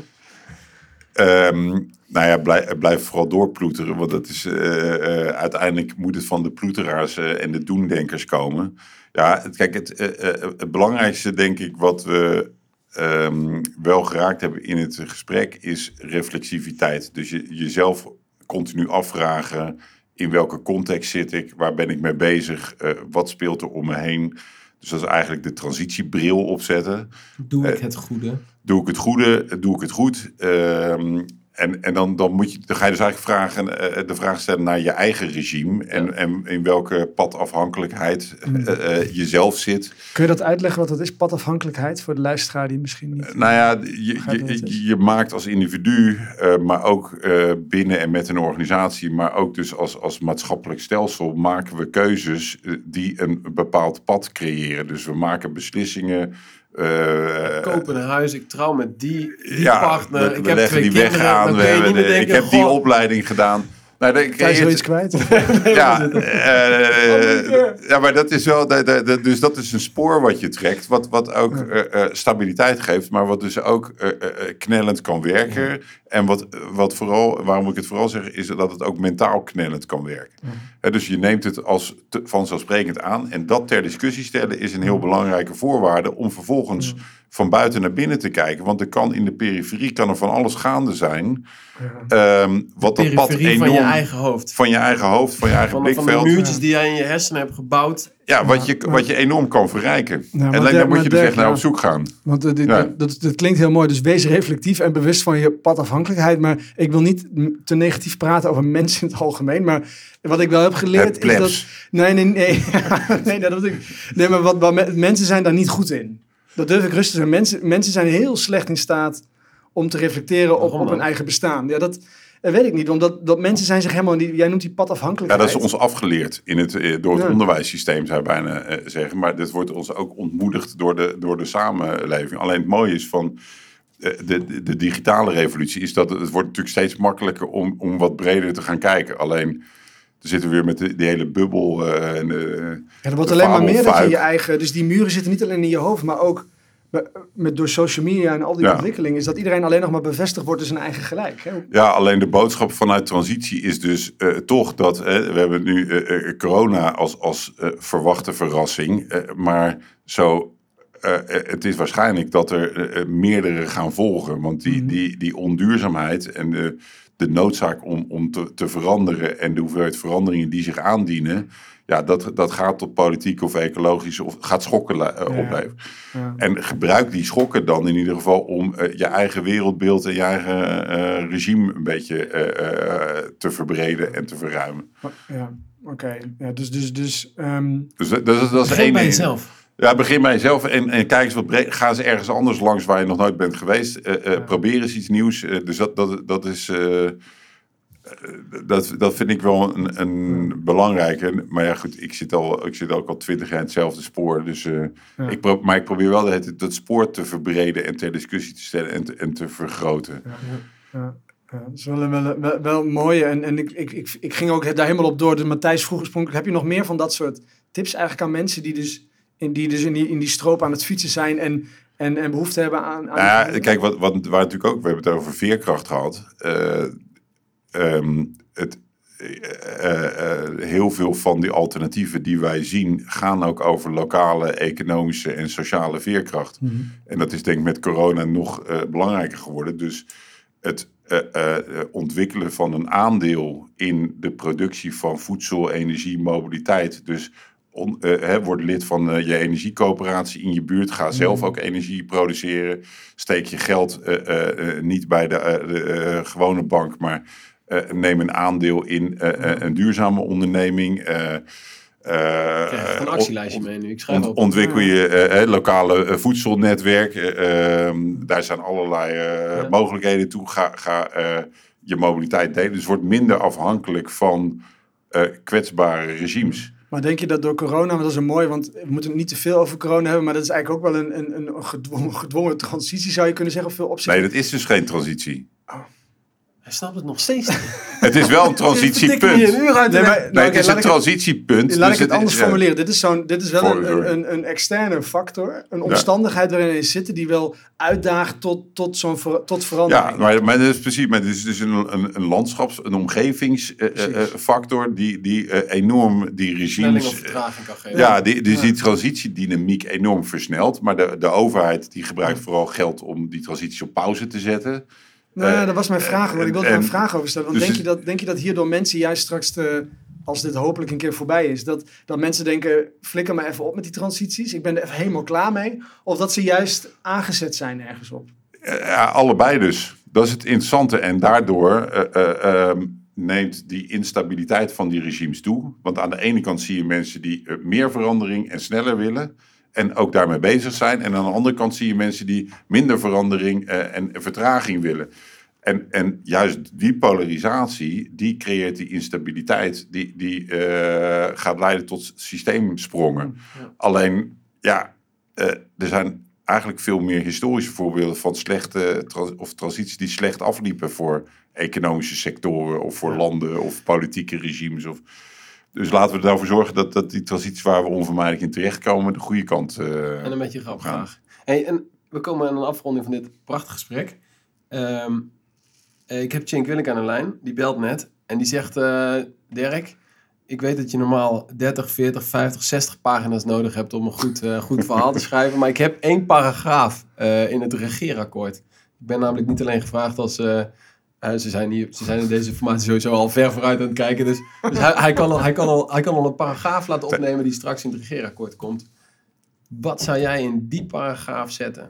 Um, nou ja, blijf, blijf vooral doorploeteren. Want dat is, uh, uh, uiteindelijk moet het van de ploeteraars uh, en de doendenkers komen. Ja, het, kijk, het, uh, uh, het belangrijkste denk ik wat we um, wel geraakt hebben in het gesprek is reflexiviteit. Dus je, jezelf continu afvragen, in welke context zit ik, waar ben ik mee bezig, uh, wat speelt er om me heen. Dus dat is eigenlijk de transitiebril opzetten. Doe ik uh, het goede? Doe ik het goede? Doe ik het goed? Um, en en dan, dan, moet je, dan ga je dus eigenlijk vragen, uh, de vraag stellen naar je eigen regime. En, ja. en in welke padafhankelijkheid uh, uh, jezelf zit. Kun je dat uitleggen wat dat is, padafhankelijkheid, voor de luisteraar die misschien niet... Uh, nou ja, je, je, je, je maakt als individu, uh, maar ook uh, binnen en met een organisatie, maar ook dus als, als maatschappelijk stelsel, maken we keuzes uh, die een bepaald pad creëren. Dus we maken beslissingen. Uh, kopen een huis, ik trouw met die, die ja, partner. We, ik we heb leggen twee die kinderen, weg aan. We hebben de, denken, ik heb goh, die opleiding gedaan. Nou, dan, Zijn zoiets kwijt? ja, uh, ja, maar dat is wel. De, de, de, dus dat is een spoor wat je trekt, wat, wat ook uh, uh, stabiliteit geeft, maar wat dus ook uh, uh, knellend kan werken. Ja. En wat, wat vooral, waarom ik het vooral zeg, is dat het ook mentaal knellend kan werken. Ja. Uh, dus je neemt het als te, vanzelfsprekend aan. En dat ter discussie stellen is een heel belangrijke voorwaarde om vervolgens ja. van buiten naar binnen te kijken. Want er kan in de periferie kan er van alles gaande zijn. Ja. Um, wat dat pad enorm, van je eigen hoofd. Van je eigen hoofd, van je eigen van, blikveld. Van de muurtjes die jij in je hersenen hebt gebouwd. Ja, wat je, wat je enorm kan verrijken. Ja, en alleen daar moet je dus Dirk, echt naar ja. op zoek gaan. Want uh, dit, ja. dat, dat, dat klinkt heel mooi. Dus wees reflectief en bewust van je padafhankelijkheid. Maar ik wil niet te negatief praten over mensen in het algemeen. Maar wat ik wel heb geleerd is dat... Nee, nee, nee. nee, dat bedoel ik. Nee, maar wat, wat, mensen zijn daar niet goed in. Dat durf ik rustig te zeggen. Mensen, mensen zijn heel slecht in staat om te reflecteren op, op hun eigen bestaan. Ja, dat... Dat weet ik niet, omdat dat mensen zijn zich helemaal... Die, jij noemt die padafhankelijkheid. Ja, dat is ons afgeleerd in het, door het ja. onderwijssysteem, zou je bijna uh, zeggen. Maar dit wordt ons ook ontmoedigd door de, door de samenleving. Alleen het mooie is van uh, de, de, de digitale revolutie... is dat het, het wordt natuurlijk steeds makkelijker om, om wat breder te gaan kijken. Alleen, dan zitten we weer met de, die hele bubbel... Uh, en de, ja, er wordt alleen maar meer dat je je eigen... Dus die muren zitten niet alleen in je hoofd, maar ook... Met, door social media en al die ja. ontwikkelingen... is dat iedereen alleen nog maar bevestigd wordt in zijn eigen gelijk. Hè? Ja, alleen de boodschap vanuit transitie is dus uh, toch dat... Uh, we hebben nu uh, uh, corona als, als uh, verwachte verrassing. Uh, maar zo... Uh, uh, het is waarschijnlijk dat er uh, meerdere gaan volgen. Want die, mm-hmm. die, die onduurzaamheid en de, de noodzaak om, om te, te veranderen... en de hoeveelheid veranderingen die zich aandienen... Ja, dat, dat gaat tot politiek of ecologisch of gaat schokken uh, ja. opleveren. Ja. En gebruik die schokken dan in ieder geval om uh, je eigen wereldbeeld en je eigen uh, regime een beetje uh, uh, te verbreden en te verruimen. Ja, oké. Okay. Ja, dus, dus, dus, um... dus dat, dat, dat is begin één bij jezelf. Ja, begin bij jezelf en, en kijk eens wat breed. Ga eens ergens anders langs waar je nog nooit bent geweest. Uh, uh, ja. Probeer eens iets nieuws. Uh, dus dat, dat, dat is... Uh, Dat, dat vind ik wel een, een belangrijke. Maar ja, goed, ik zit, al, ik zit ook al twintig jaar in hetzelfde spoor. Dus, uh, ja. ik pro- maar ik probeer wel het, dat spoor te verbreden en ter discussie te stellen en te, en te vergroten. Ja, ja, ja. Ja, dat is wel, wel, wel, wel mooi. En, en ik, ik, ik, ik ging ook daar helemaal op door. Dus Matthijs vroeg oorspronkelijk, heb je nog meer van dat soort tips eigenlijk aan mensen die dus in die, dus in die, in die stroop aan het fietsen zijn en, en, en behoefte hebben aan... aan ja, die... Kijk, wat, wat, waar natuurlijk ook, we hebben het over veerkracht gehad. Uh, Um, het, uh, uh, heel veel van die alternatieven die wij zien gaan ook over lokale economische en sociale veerkracht. Mm-hmm. En dat is denk ik met corona nog uh, belangrijker geworden. Dus het uh, uh, ontwikkelen van een aandeel in de productie van voedsel, energie, mobiliteit. Dus on, uh, he, word lid van uh, je energiecoöperatie in je buurt. Ga zelf ook energie produceren. Steek je geld uh, uh, uh, niet bij de, uh, de uh, gewone bank, maar uh, neem een aandeel in uh, uh, een duurzame onderneming. Uh, Uh, ik krijg een actielijstje mee nu. Ik schrijf ont, ontwikkel je uh, uh, lokale uh, voedselnetwerk. Uh, uh, daar zijn allerlei uh, ja. mogelijkheden toe. Ga, ga uh, je mobiliteit delen. Dus word minder afhankelijk van uh, kwetsbare regimes. Maar denk je dat door corona, want dat is een mooi, want we moeten het niet te veel over corona hebben, maar dat is eigenlijk ook wel een, een, een gedwongen, gedwongen transitie, zou je kunnen zeggen, op veel opzichten? Nee, dat is dus geen transitie. Oh. Hij snapt het nog steeds niet. Het is wel een transitiepunt. Nee, maar, nee, nou, nee, okay, het is een transitiepunt. Het, laat dus ik het, het anders is, formuleren. Ja. Dit is, zo'n, dit is wel Voor, een, een, een externe factor. Een omstandigheid ja. waarin je zit die wel uitdaagt tot, tot, zo'n ver, tot verandering. Ja, maar, maar dat is precies. Maar het is dus een, een, een landschaps-, een omgevingsfactor uh, uh, die, die uh, enorm die regimes... of vertraging kan geven. Ja, die, dus ja. die transitiedynamiek enorm versnelt. Maar de, de overheid die gebruikt vooral geld om die transitie op pauze te zetten. Nou ja, dat was mijn vraag, want ik wilde er een vraag over stellen. Want dus denk, je dat, denk je dat hierdoor mensen juist straks, te, als dit hopelijk een keer voorbij is, dat, dat mensen denken, flikker maar even op met die transities, ik ben er even helemaal klaar mee, of dat ze juist aangezet zijn ergens op? Ja, allebei dus. Dat is het interessante. En daardoor uh, uh, um, neemt die instabiliteit van die regimes toe. Want aan de ene kant zie je mensen die uh, meer verandering en sneller willen en ook daarmee bezig zijn. En aan de andere kant zie je mensen die minder verandering uh, en vertraging willen. En, en juist die polarisatie, die creëert die instabiliteit. Die, die uh, gaat leiden tot systeemsprongen. Ja. Alleen, ja, uh, er zijn eigenlijk veel meer historische voorbeelden van slechte trans- of transities die slecht afliepen voor economische sectoren of voor ja. landen of politieke regimes. Of, dus laten we ervoor zorgen dat, dat die transities waar we onvermijdelijk in terechtkomen de goede kant uh, En een beetje grap graag. Hey, en we komen aan een afronding van dit prachtige gesprek. Um, uh, ik heb Cenk Willink aan de lijn, die belt net en die zegt, uh, Dirk, ik weet dat je normaal dertig, veertig, vijftig, zestig pagina's nodig hebt om een goed, uh, goed verhaal te schrijven, maar ik heb één paragraaf uh, in het regeerakkoord. Ik ben namelijk niet alleen gevraagd als... Uh, Uh, ze, zijn hier, ze zijn in deze formatie sowieso al ver vooruit aan het kijken. Dus, dus hij, hij, kan al, hij, kan al, hij kan al een paragraaf laten opnemen die straks in het regeerakkoord komt. Wat zou jij in die paragraaf zetten?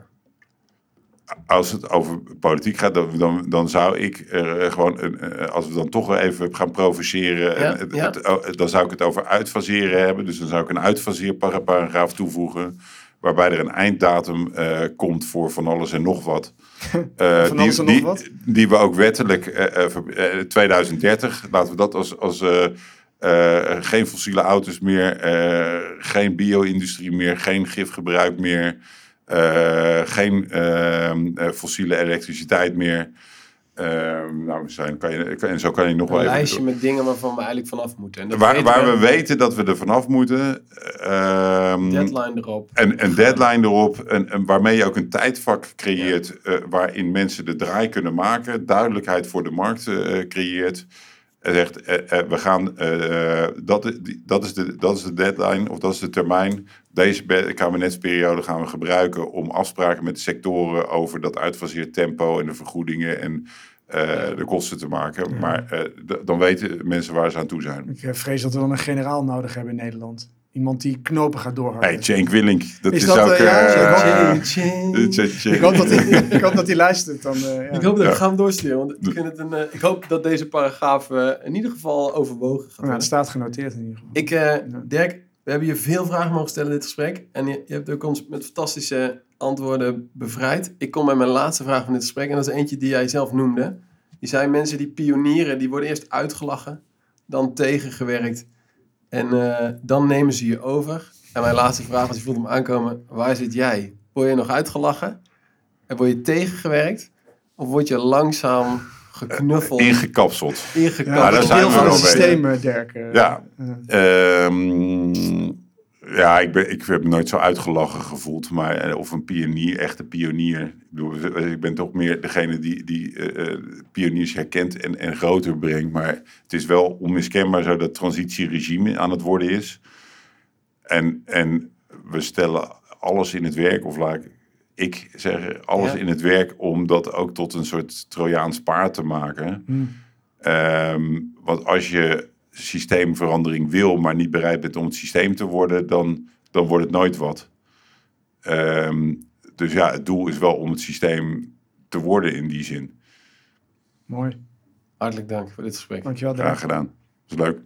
Als het over politiek gaat, dan, dan, dan zou ik uh, gewoon, uh, als we dan toch wel even gaan provoceren, ja, het, ja. Het, het, dan zou ik het over uitfaseren hebben. Dus dan zou ik een uitfaseerparagraaf toevoeven, waarbij er een einddatum uh, komt voor van alles en nog wat. Uh, van alles die, en nog die, wat? Die we ook wettelijk, uh, uh, twintig dertig, laten we dat als, als uh, uh, geen fossiele auto's meer, uh, geen bio-industrie meer, geen gifgebruik meer, uh, geen uh, uh, fossiele elektriciteit meer. Uh, nou, zijn, kan je, en zo kan je nog een wel even... Een lijstje met dingen waarvan we eigenlijk vanaf moeten. En dat waar waar we, we weten weten dat we er vanaf moeten. Uh, deadline erop. En een deadline erop. En, en waarmee je ook een tijdvak creëert. Ja. Uh, waarin mensen de draai kunnen maken. Duidelijkheid voor de markt uh, creëert. En zegt, uh, uh, we gaan... Uh, dat, die, dat, is de, dat is de deadline. Of dat is de termijn. Deze kabinetsperiode gaan we gebruiken om afspraken met de sectoren over dat uitfaseerd tempo en de vergoedingen en uh, de kosten te maken. Ja. Maar uh, d- dan weten mensen waar ze aan toe zijn. Ik uh, vrees dat we dan een generaal nodig hebben in Nederland. Iemand die knopen gaat doorhakken. Hey, Cenk Willink. Dat is, is dat, ook... Uh, ja, uh, uh, ik hoop dat hij, ik hoop dat hij luistert. Dan, uh, ja. Ik hoop dat ja. ik ga hem doorsturen. Want ik, vind het een, uh, ik hoop dat deze paragraaf uh, in ieder geval overwogen gaat worden. Ja, het staat genoteerd in ieder geval. Ik, uh, ja. Dirk, we hebben je veel vragen mogen stellen in dit gesprek. En je, je hebt ook ons met fantastische antwoorden bevrijd. Ik kom bij mijn laatste vraag van dit gesprek. En dat is eentje die jij zelf noemde. Je zei, mensen die pionieren, die worden eerst uitgelachen. Dan tegengewerkt. En uh, dan nemen ze je over. En mijn laatste vraag, als je voelt hem aankomen. Waar zit jij? Word je nog uitgelachen? En word je tegengewerkt? Of word je langzaam geknuffeld? Uh, ingekapseld. Ingekapseld. Ja, dat is deel van het systeem, Dirk. Uh, ja. Uh. Um, Ja, ik, ben, ik heb me nooit zo uitgelachen gevoeld. Maar, of een pionier, echte pionier. Ik, bedoel, ik ben toch meer degene die, die uh, pioniers herkent en, en groter brengt. Maar het is wel onmiskenbaar zo dat transitieregime aan het worden is. En, en we stellen alles in het werk, of laat ik, ik zeggen, alles ja. in het werk om dat ook tot een soort Trojaans paard te maken. Hmm. Um, want als je systeemverandering wil, maar niet bereid bent om het systeem te worden, dan, dan wordt het nooit wat. Um, dus ja, het doel is wel om het systeem te worden in die zin. Mooi. Hartelijk dank voor dit gesprek. Dankjewel. Graag gedaan. Dat is leuk.